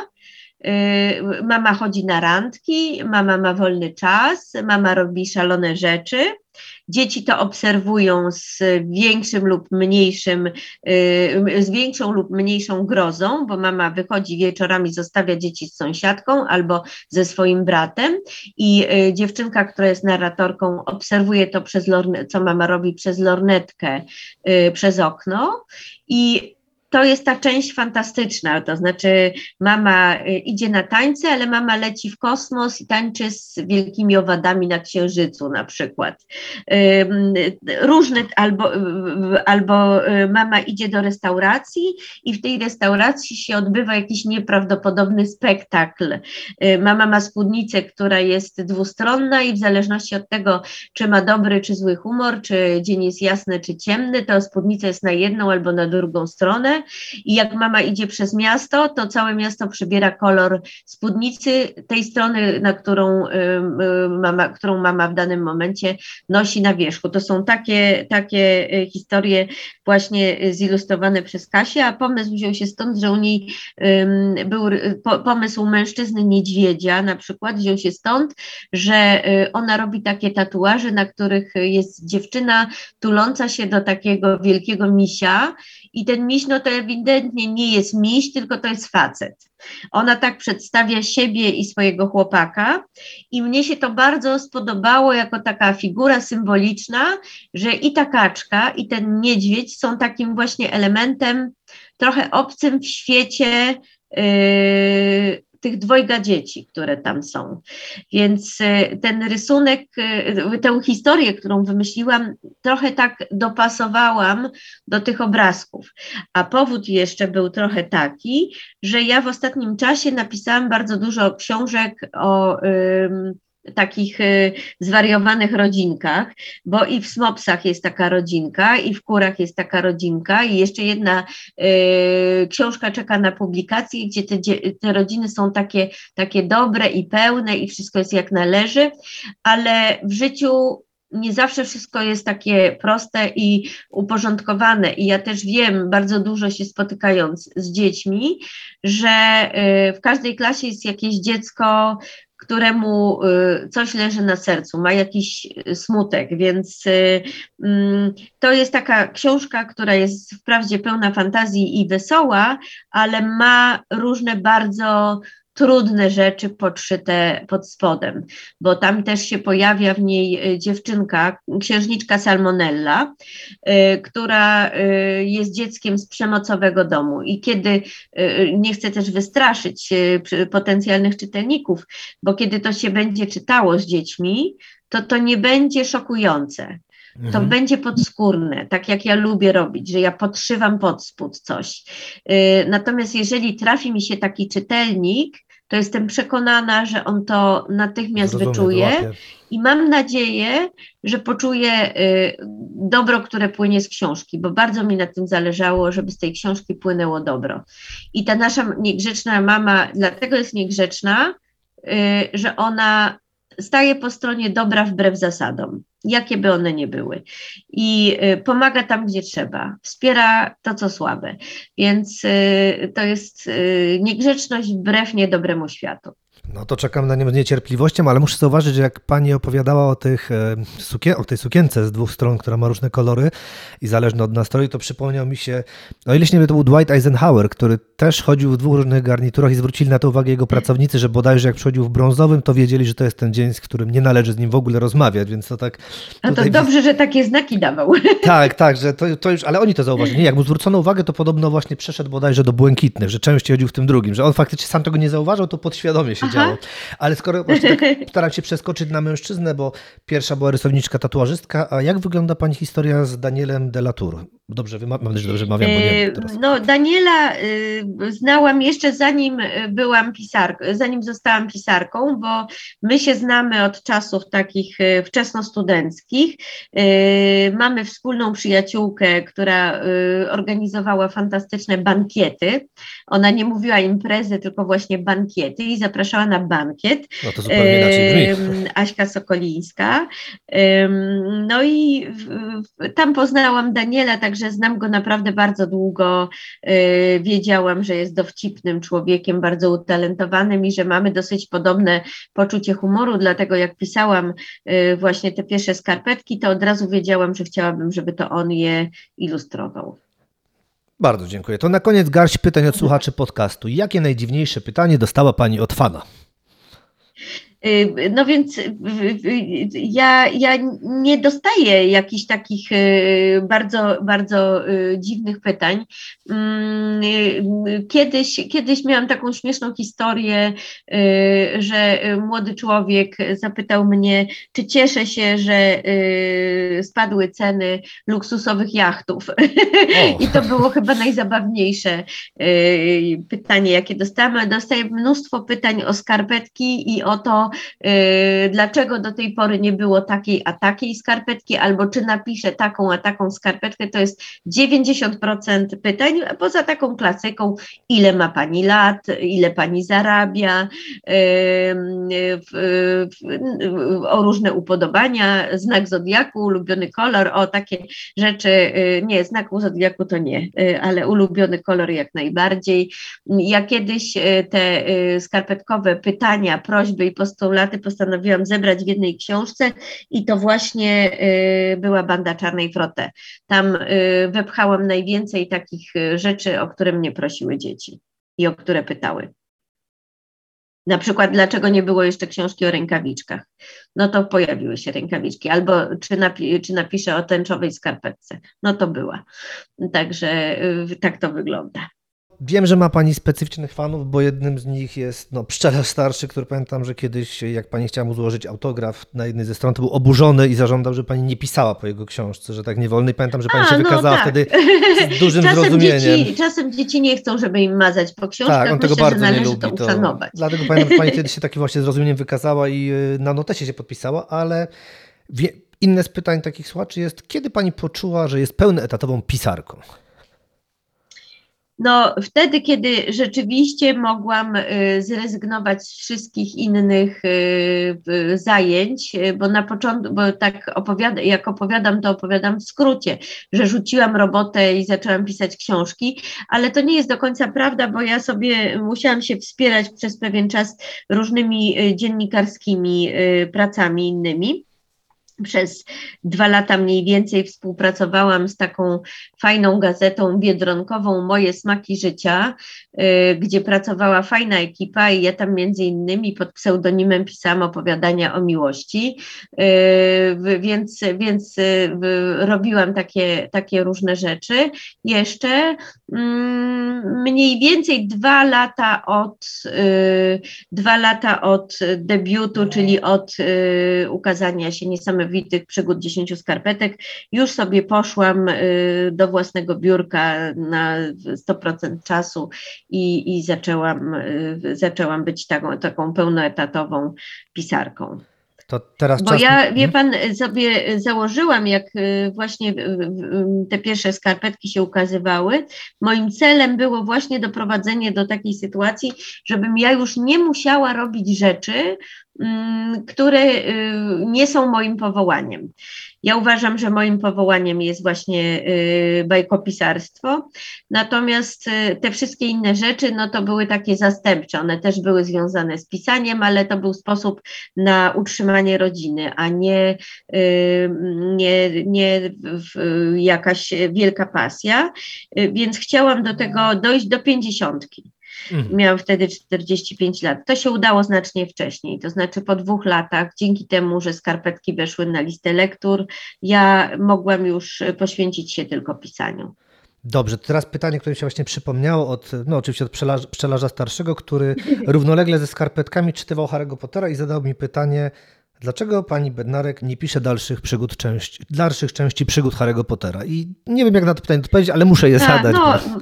Mama chodzi na randki, mama ma wolny czas, mama robi szalone rzeczy. Dzieci to obserwują z większym lub mniejszym, z większą lub mniejszą grozą, bo mama wychodzi wieczorami, zostawia dzieci z sąsiadką albo ze swoim bratem i dziewczynka, która jest narratorką, obserwuje to, przez lorne, co mama robi przez lornetkę, przez okno i to jest ta część fantastyczna, to znaczy mama idzie na tańce, ale mama leci w kosmos i tańczy z wielkimi owadami na Księżycu na przykład. Różne, albo, albo mama idzie do restauracji i w tej restauracji się odbywa jakiś nieprawdopodobny spektakl. Mama ma spódnicę, która jest dwustronna i w zależności od tego, czy ma dobry czy zły humor, czy dzień jest jasny czy ciemny, to spódnica jest na jedną albo na drugą stronę. I jak mama idzie przez miasto, to całe miasto przybiera kolor spódnicy tej strony, na którą mama, którą mama w danym momencie nosi na wierzchu. To są takie, takie historie właśnie zilustrowane przez Kasię, a pomysł wziął się stąd, że u niej um, był po, pomysł mężczyzny niedźwiedzia na przykład, wziął się stąd, że ona robi takie tatuaże, na których jest dziewczyna tuląca się do takiego wielkiego misia i ten miś, no to ewidentnie nie jest miś, tylko to jest facet. Ona tak przedstawia siebie i swojego chłopaka i mnie się to bardzo spodobało jako taka figura symboliczna, że i ta kaczka, i ten niedźwiedź są takim właśnie elementem trochę obcym w świecie yy, tych dwojga dzieci, które tam są. Więc ten rysunek, tę historię, którą wymyśliłam, trochę tak dopasowałam do tych obrazków. A powód jeszcze był trochę taki, że ja w ostatnim czasie napisałam bardzo dużo książek o ym, takich y, zwariowanych rodzinkach, bo i w Smopsach jest taka rodzinka, i w Kurach jest taka rodzinka, i jeszcze jedna y, książka czeka na publikację, gdzie te, te rodziny są takie, takie dobre i pełne i wszystko jest jak należy, ale w życiu nie zawsze wszystko jest takie proste i uporządkowane i ja też wiem, bardzo dużo się spotykając z dziećmi, że y, w każdej klasie jest jakieś dziecko, któremu coś leży na sercu, ma jakiś smutek, więc to jest taka książka, która jest wprawdzie pełna fantazji i wesoła, ale ma różne bardzo trudne rzeczy podszyte pod spodem, bo tam też się pojawia w niej dziewczynka, księżniczka Salmonella, y, która y, jest dzieckiem z przemocowego domu i kiedy, y, nie chcę też wystraszyć y, potencjalnych czytelników, bo kiedy to się będzie czytało z dziećmi, to to nie będzie szokujące. to Mhm. będzie podskórne, tak jak ja lubię robić, że ja podszywam pod spód coś. Natomiast jeżeli trafi mi się taki czytelnik, to jestem przekonana, że on to natychmiast Zrozumie, wyczuje wyłapie. i mam nadzieję, że poczuje dobro, które płynie z książki, bo bardzo mi na tym zależało, żeby z tej książki płynęło dobro. I ta nasza niegrzeczna mama dlatego jest niegrzeczna, że ona staje po stronie dobra wbrew zasadom, jakie by one nie były. I pomaga tam, gdzie trzeba, wspiera to, co słabe. Więc to jest niegrzeczność wbrew niedobremu światu. No to czekam na nią z niecierpliwością, ale muszę zauważyć, że jak pani opowiadała o, tych, e, sukien- o tej sukience z dwóch stron, która ma różne kolory i zależne od nastroju, to przypomniał mi się, o ileś nie wiem, to był Dwight Eisenhower, który też chodził w dwóch różnych garniturach i zwrócili na to uwagę jego pracownicy, że bodajże jak przychodził w brązowym, to wiedzieli, że to jest ten dzień, z którym nie należy z nim w ogóle rozmawiać, więc to tak... A to tutaj- dobrze, że takie znaki dawał. Tak, tak, że to, to już, ale oni to zauważyli. Nie, jak mu zwrócono uwagę, to podobno właśnie przeszedł bodajże do błękitnych, że częściej chodził w tym drugim, że on faktycznie sam tego nie zauważył, to podświadomie się Aha. działo. Ale skoro właśnie tak staram się przeskoczyć na mężczyznę, bo pierwsza była rysowniczka, tatuażystka, a jak wygląda pani historia z Danielem de la Tour? Dobrze, wyma- mam nadzieję, że dobrze wymawiam, bo nie wiem teraz. No, Daniela y, znałam jeszcze zanim byłam pisarką, zanim zostałam pisarką, bo my się znamy od czasów takich y, wczesnostudenckich. Y, mamy wspólną przyjaciółkę, która y, organizowała fantastyczne bankiety. Ona nie mówiła imprezy, tylko właśnie bankiety i zapraszała na bankiet. No to zupełnie inaczej brzmi. Ym, Aśka Sokolińska. Ym, No i w, w, tam poznałam Daniela, także znam go naprawdę bardzo długo. Yy, wiedziałam, że jest dowcipnym człowiekiem, bardzo utalentowanym i że mamy dosyć podobne poczucie humoru, dlatego jak pisałam yy, właśnie te pierwsze skarpetki, to od razu wiedziałam, że chciałabym, żeby to on je ilustrował. Bardzo dziękuję. To na koniec garść pytań od słuchaczy podcastu. Jakie najdziwniejsze pytanie dostała pani od fana? No więc ja, ja nie dostaję jakichś takich bardzo, bardzo dziwnych pytań. Kiedyś, kiedyś miałam taką śmieszną historię, że młody człowiek zapytał mnie, czy cieszę się, że spadły ceny luksusowych jachtów. O. I to było chyba najzabawniejsze pytanie, jakie dostałam. Dostaję mnóstwo pytań o skarpetki i o to, dlaczego do tej pory nie było takiej a takiej skarpetki, albo czy napiszę taką a taką skarpetkę, to jest dziewięćdziesiąt procent pytań, a poza taką klasyką, ile ma pani lat, ile pani zarabia, o różne upodobania, znak zodiaku, ulubiony kolor, o takie rzeczy, nie, znaku zodiaku to nie, ale ulubiony kolor jak najbardziej. Ja kiedyś te skarpetkowe pytania, prośby i postulaty postanowiłam zebrać w jednej książce i to właśnie była Banda Czarnej Frotę. Tam wepchałam najwięcej takich rzeczy, o które mnie prosiły dzieci i o które pytały. Na przykład, dlaczego nie było jeszcze książki o rękawiczkach? No to pojawiły się rękawiczki. Albo czy, napi- czy napiszę o tęczowej skarpetce? No to była. Także tak to wygląda. Wiem, że ma pani specyficznych fanów, bo jednym z nich jest no, pszczelarz starszy, który pamiętam, że kiedyś, jak pani chciała mu złożyć autograf na jednej ze stron, to był oburzony i zażądał, że pani nie pisała po jego książce, że tak nie wolno i pamiętam, że pani A, się no wykazała tak. wtedy z dużym czasem zrozumieniem. Dzieci, czasem dzieci nie chcą, żeby im mazać po książkach. Tak, on Myślę, tego bardzo że nie należy lubi. to uszanować. Dlatego pamiętam, że pani wtedy się takim właśnie zrozumieniem wykazała i na notesie się podpisała, ale wie, inne z pytań takich słuchaczy jest, kiedy pani poczuła, że jest pełnoetatową pisarką? No wtedy, kiedy rzeczywiście mogłam y, zrezygnować z wszystkich innych y, y, zajęć, y, bo na początku, bo tak opowiada, jak opowiadam, to opowiadam w skrócie, że rzuciłam robotę i zaczęłam pisać książki, ale to nie jest do końca prawda, bo ja sobie musiałam się wspierać przez pewien czas różnymi y, dziennikarskimi y, pracami innymi. Przez dwa lata mniej więcej współpracowałam z taką fajną gazetą biedronkową Moje smaki życia, y, gdzie pracowała fajna ekipa i ja tam między innymi pod pseudonimem pisałam opowiadania o miłości, y, więc, więc y, robiłam takie, takie różne rzeczy. Jeszcze mm, mniej więcej dwa lata od, y, dwa lata od debiutu, czyli od y, ukazania się Niesamowitego niesamowitych przygód dziesięciu skarpetek, już sobie poszłam do własnego biurka na sto procent czasu i, i zaczęłam, zaczęłam być taką, taką pełnoetatową pisarką. To teraz Bo czas... ja, wie pan, sobie założyłam, jak właśnie te pierwsze skarpetki się ukazywały, moim celem było właśnie doprowadzenie do takiej sytuacji, żebym ja już nie musiała robić rzeczy, które nie są moim powołaniem. Ja uważam, że moim powołaniem jest właśnie bajkopisarstwo, natomiast te wszystkie inne rzeczy, no to były takie zastępcze, one też były związane z pisaniem, ale to był sposób na utrzymanie rodziny, a nie, nie, nie jakaś wielka pasja, więc chciałam do tego dojść do pięćdziesiątki. Mhm. Miałam wtedy czterdzieści pięć lat. To się udało znacznie wcześniej, to znaczy po dwóch latach, dzięki temu, że skarpetki weszły na listę lektur, ja mogłam już poświęcić się tylko pisaniu. Dobrze, to teraz pytanie, które mi się właśnie przypomniało od, no oczywiście od pszczelarza, pszczelarza starszego, który równolegle ze skarpetkami czytywał Harry'ego Pottera i zadał mi pytanie, dlaczego pani Bednarek nie pisze dalszych przygód części, dalszych części przygód Harry'ego Pottera? I nie wiem, jak na to pytanie odpowiedzieć, ale muszę je Ta, zadać. No, bo...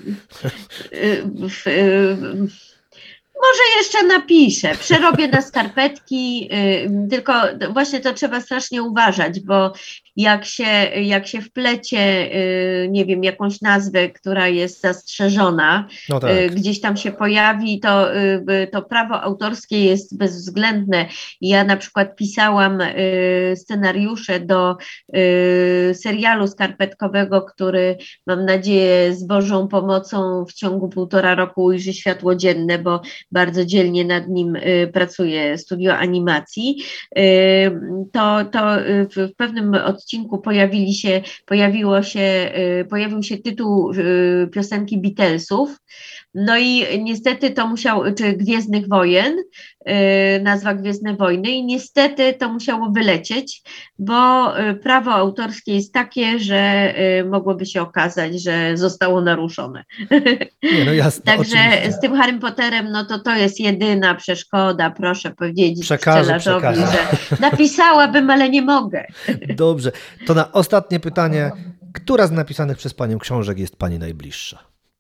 w, w, może jeszcze napiszę, przerobię na skarpetki, tylko właśnie to trzeba strasznie uważać, bo jak się, jak się wplecie, nie wiem, jakąś nazwę, która jest zastrzeżona, no tak. Gdzieś tam się pojawi, to, to prawo autorskie jest bezwzględne. Ja na przykład pisałam scenariusze do serialu skarpetkowego, który mam nadzieję z Bożą pomocą w ciągu półtora roku ujrzy światło dzienne, bo bardzo dzielnie nad nim pracuje studio animacji, to, to w pewnym odcinku pojawili się, pojawiło się, pojawił się tytuł piosenki Beatlesów, no i niestety to musiało, czy Gwiezdnych Wojen, nazwa Gwiezdne Wojny i niestety to musiało wylecieć, bo prawo autorskie jest takie, że mogłoby się okazać, że zostało naruszone. Nie, no jasne, Także oczywiście. z tym Harrym Potterem, no to to jest jedyna przeszkoda, proszę powiedzieć Przekażę, pszczelarzowi, przekażę. że napisałabym, ale nie mogę. Dobrze, to na ostatnie pytanie, która z napisanych przez panią książek jest pani najbliższa?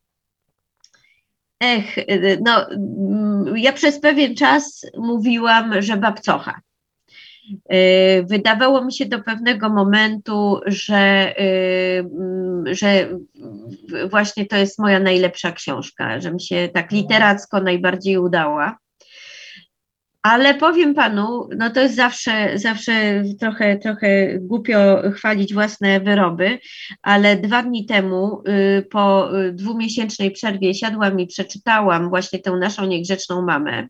Ech, no ja przez pewien czas mówiłam, że Babcocha. Wydawało mi się do pewnego momentu, że, że właśnie to jest moja najlepsza książka, że mi się tak literacko najbardziej udała. Ale powiem panu, no to jest zawsze, zawsze trochę, trochę głupio chwalić własne wyroby, ale dwa dni temu po dwumiesięcznej przerwie siadłam i przeczytałam właśnie tę Naszą niegrzeczną mamę.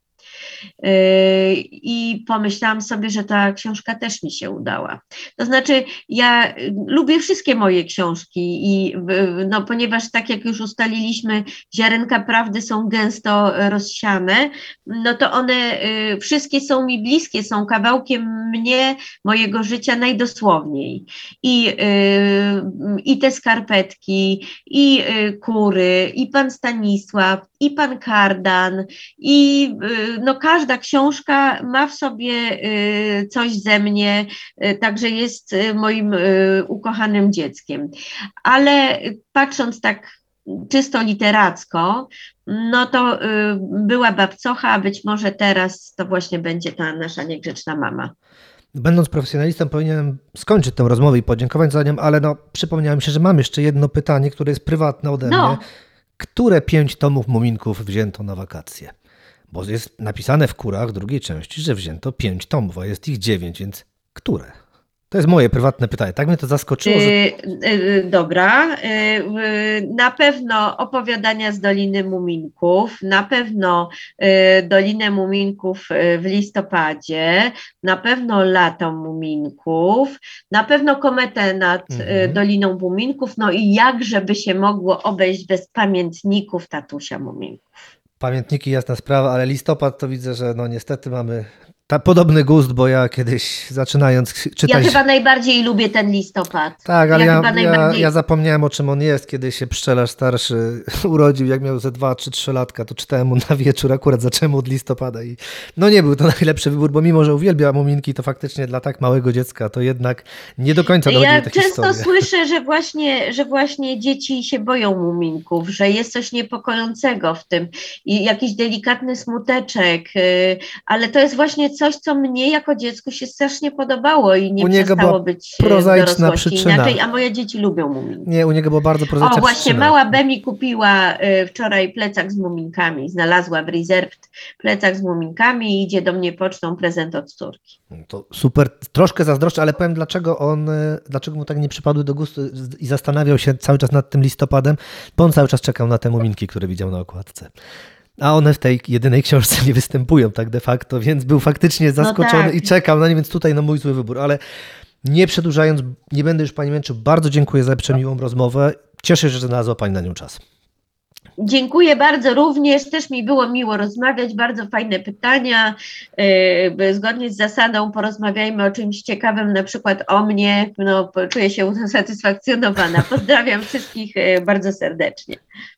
I pomyślałam sobie, że ta książka też mi się udała. To znaczy, ja lubię wszystkie moje książki i no, ponieważ tak jak już ustaliliśmy, ziarenka prawdy są gęsto rozsiane, no to one wszystkie są mi bliskie, są kawałkiem mnie, mojego życia najdosłowniej. I, i te skarpetki, i Kury, i pan Stanisław, i pan Kardan, i no każda książka ma w sobie coś ze mnie, także jest moim ukochanym dzieckiem. Ale patrząc tak czysto literacko, no to była Babcocha, a być może teraz to właśnie będzie ta Nasza niegrzeczna mama. Będąc profesjonalistą, powinienem skończyć tę rozmowę i podziękować za nią, ale no, przypomniałem się, że mam jeszcze jedno pytanie, które jest prywatne ode no. mnie. Które pięć tomów Muminków wzięto na wakacje? Bo jest napisane w Kurach drugiej części, że wzięto pięć tomów, a jest ich dziewięć, więc które? To jest moje prywatne pytanie. Tak mnie to zaskoczyło, że... Yy, yy, dobra. Yy, na pewno opowiadania z Doliny Muminków, na pewno yy, Dolinę Muminków w listopadzie, na pewno Lato Muminków, na pewno Kometę nad mhm. Doliną Muminków, no i jakże by się mogło obejść bez pamiętników tatusia Muminków. Pamiętniki, jasna sprawa, ale listopad to widzę, że no niestety mamy ta, podobny gust, bo ja kiedyś zaczynając czytać... Ja chyba najbardziej lubię ten listopad. Tak, ale ja, ja, chyba ja, najbardziej... ja zapomniałem, o czym on jest, kiedy się pszczelarz starszy urodził, jak miał ze dwa czy trzy latka, to czytałem mu na wieczór, akurat zacząłem od listopada i no nie był to najlepszy wybór, bo mimo, że uwielbiam muminki, to faktycznie dla tak małego dziecka to jednak nie do końca dochodziły Ja te często historie. słyszę, że właśnie, że właśnie dzieci się boją muminków, że jest coś niepokojącego w tym i jakiś delikatny smuteczek, y, ale to jest właśnie coś, co mnie jako dziecku się strasznie podobało i nie U niego przestało była być y, w prozaiczna dorosłości przyczyna. inaczej, a moje dzieci lubią muminki. Nie, u niego była bardzo prozaiczna O, właśnie przyczyna. mała Bemi kupiła y, wczoraj plecak z muminkami, znalazła w Reserved plecak z muminkami i idzie do mnie pocztą prezent od córki. To super, troszkę zazdroszczę, ale powiem dlaczego on, e, dlaczego mu tak nie przypadły do gustu i zastanawiał się cały czas nad tym listopadem, bo on cały czas czekał na te muminki, które widział na okładce. A one w tej jedynej książce nie występują tak de facto, więc był faktycznie zaskoczony no tak. i czekał na nie, więc tutaj no mój zły wybór, ale nie przedłużając, nie będę już Pani męczył, bardzo dziękuję za przemiłą rozmowę, cieszę się, że znalazła Pani na nią czas. Dziękuję bardzo również, też mi było miło rozmawiać, bardzo fajne pytania, yy, zgodnie z zasadą porozmawiajmy o czymś ciekawym, na przykład o mnie, no czuję się usatysfakcjonowana. Pozdrawiam wszystkich yy, bardzo serdecznie.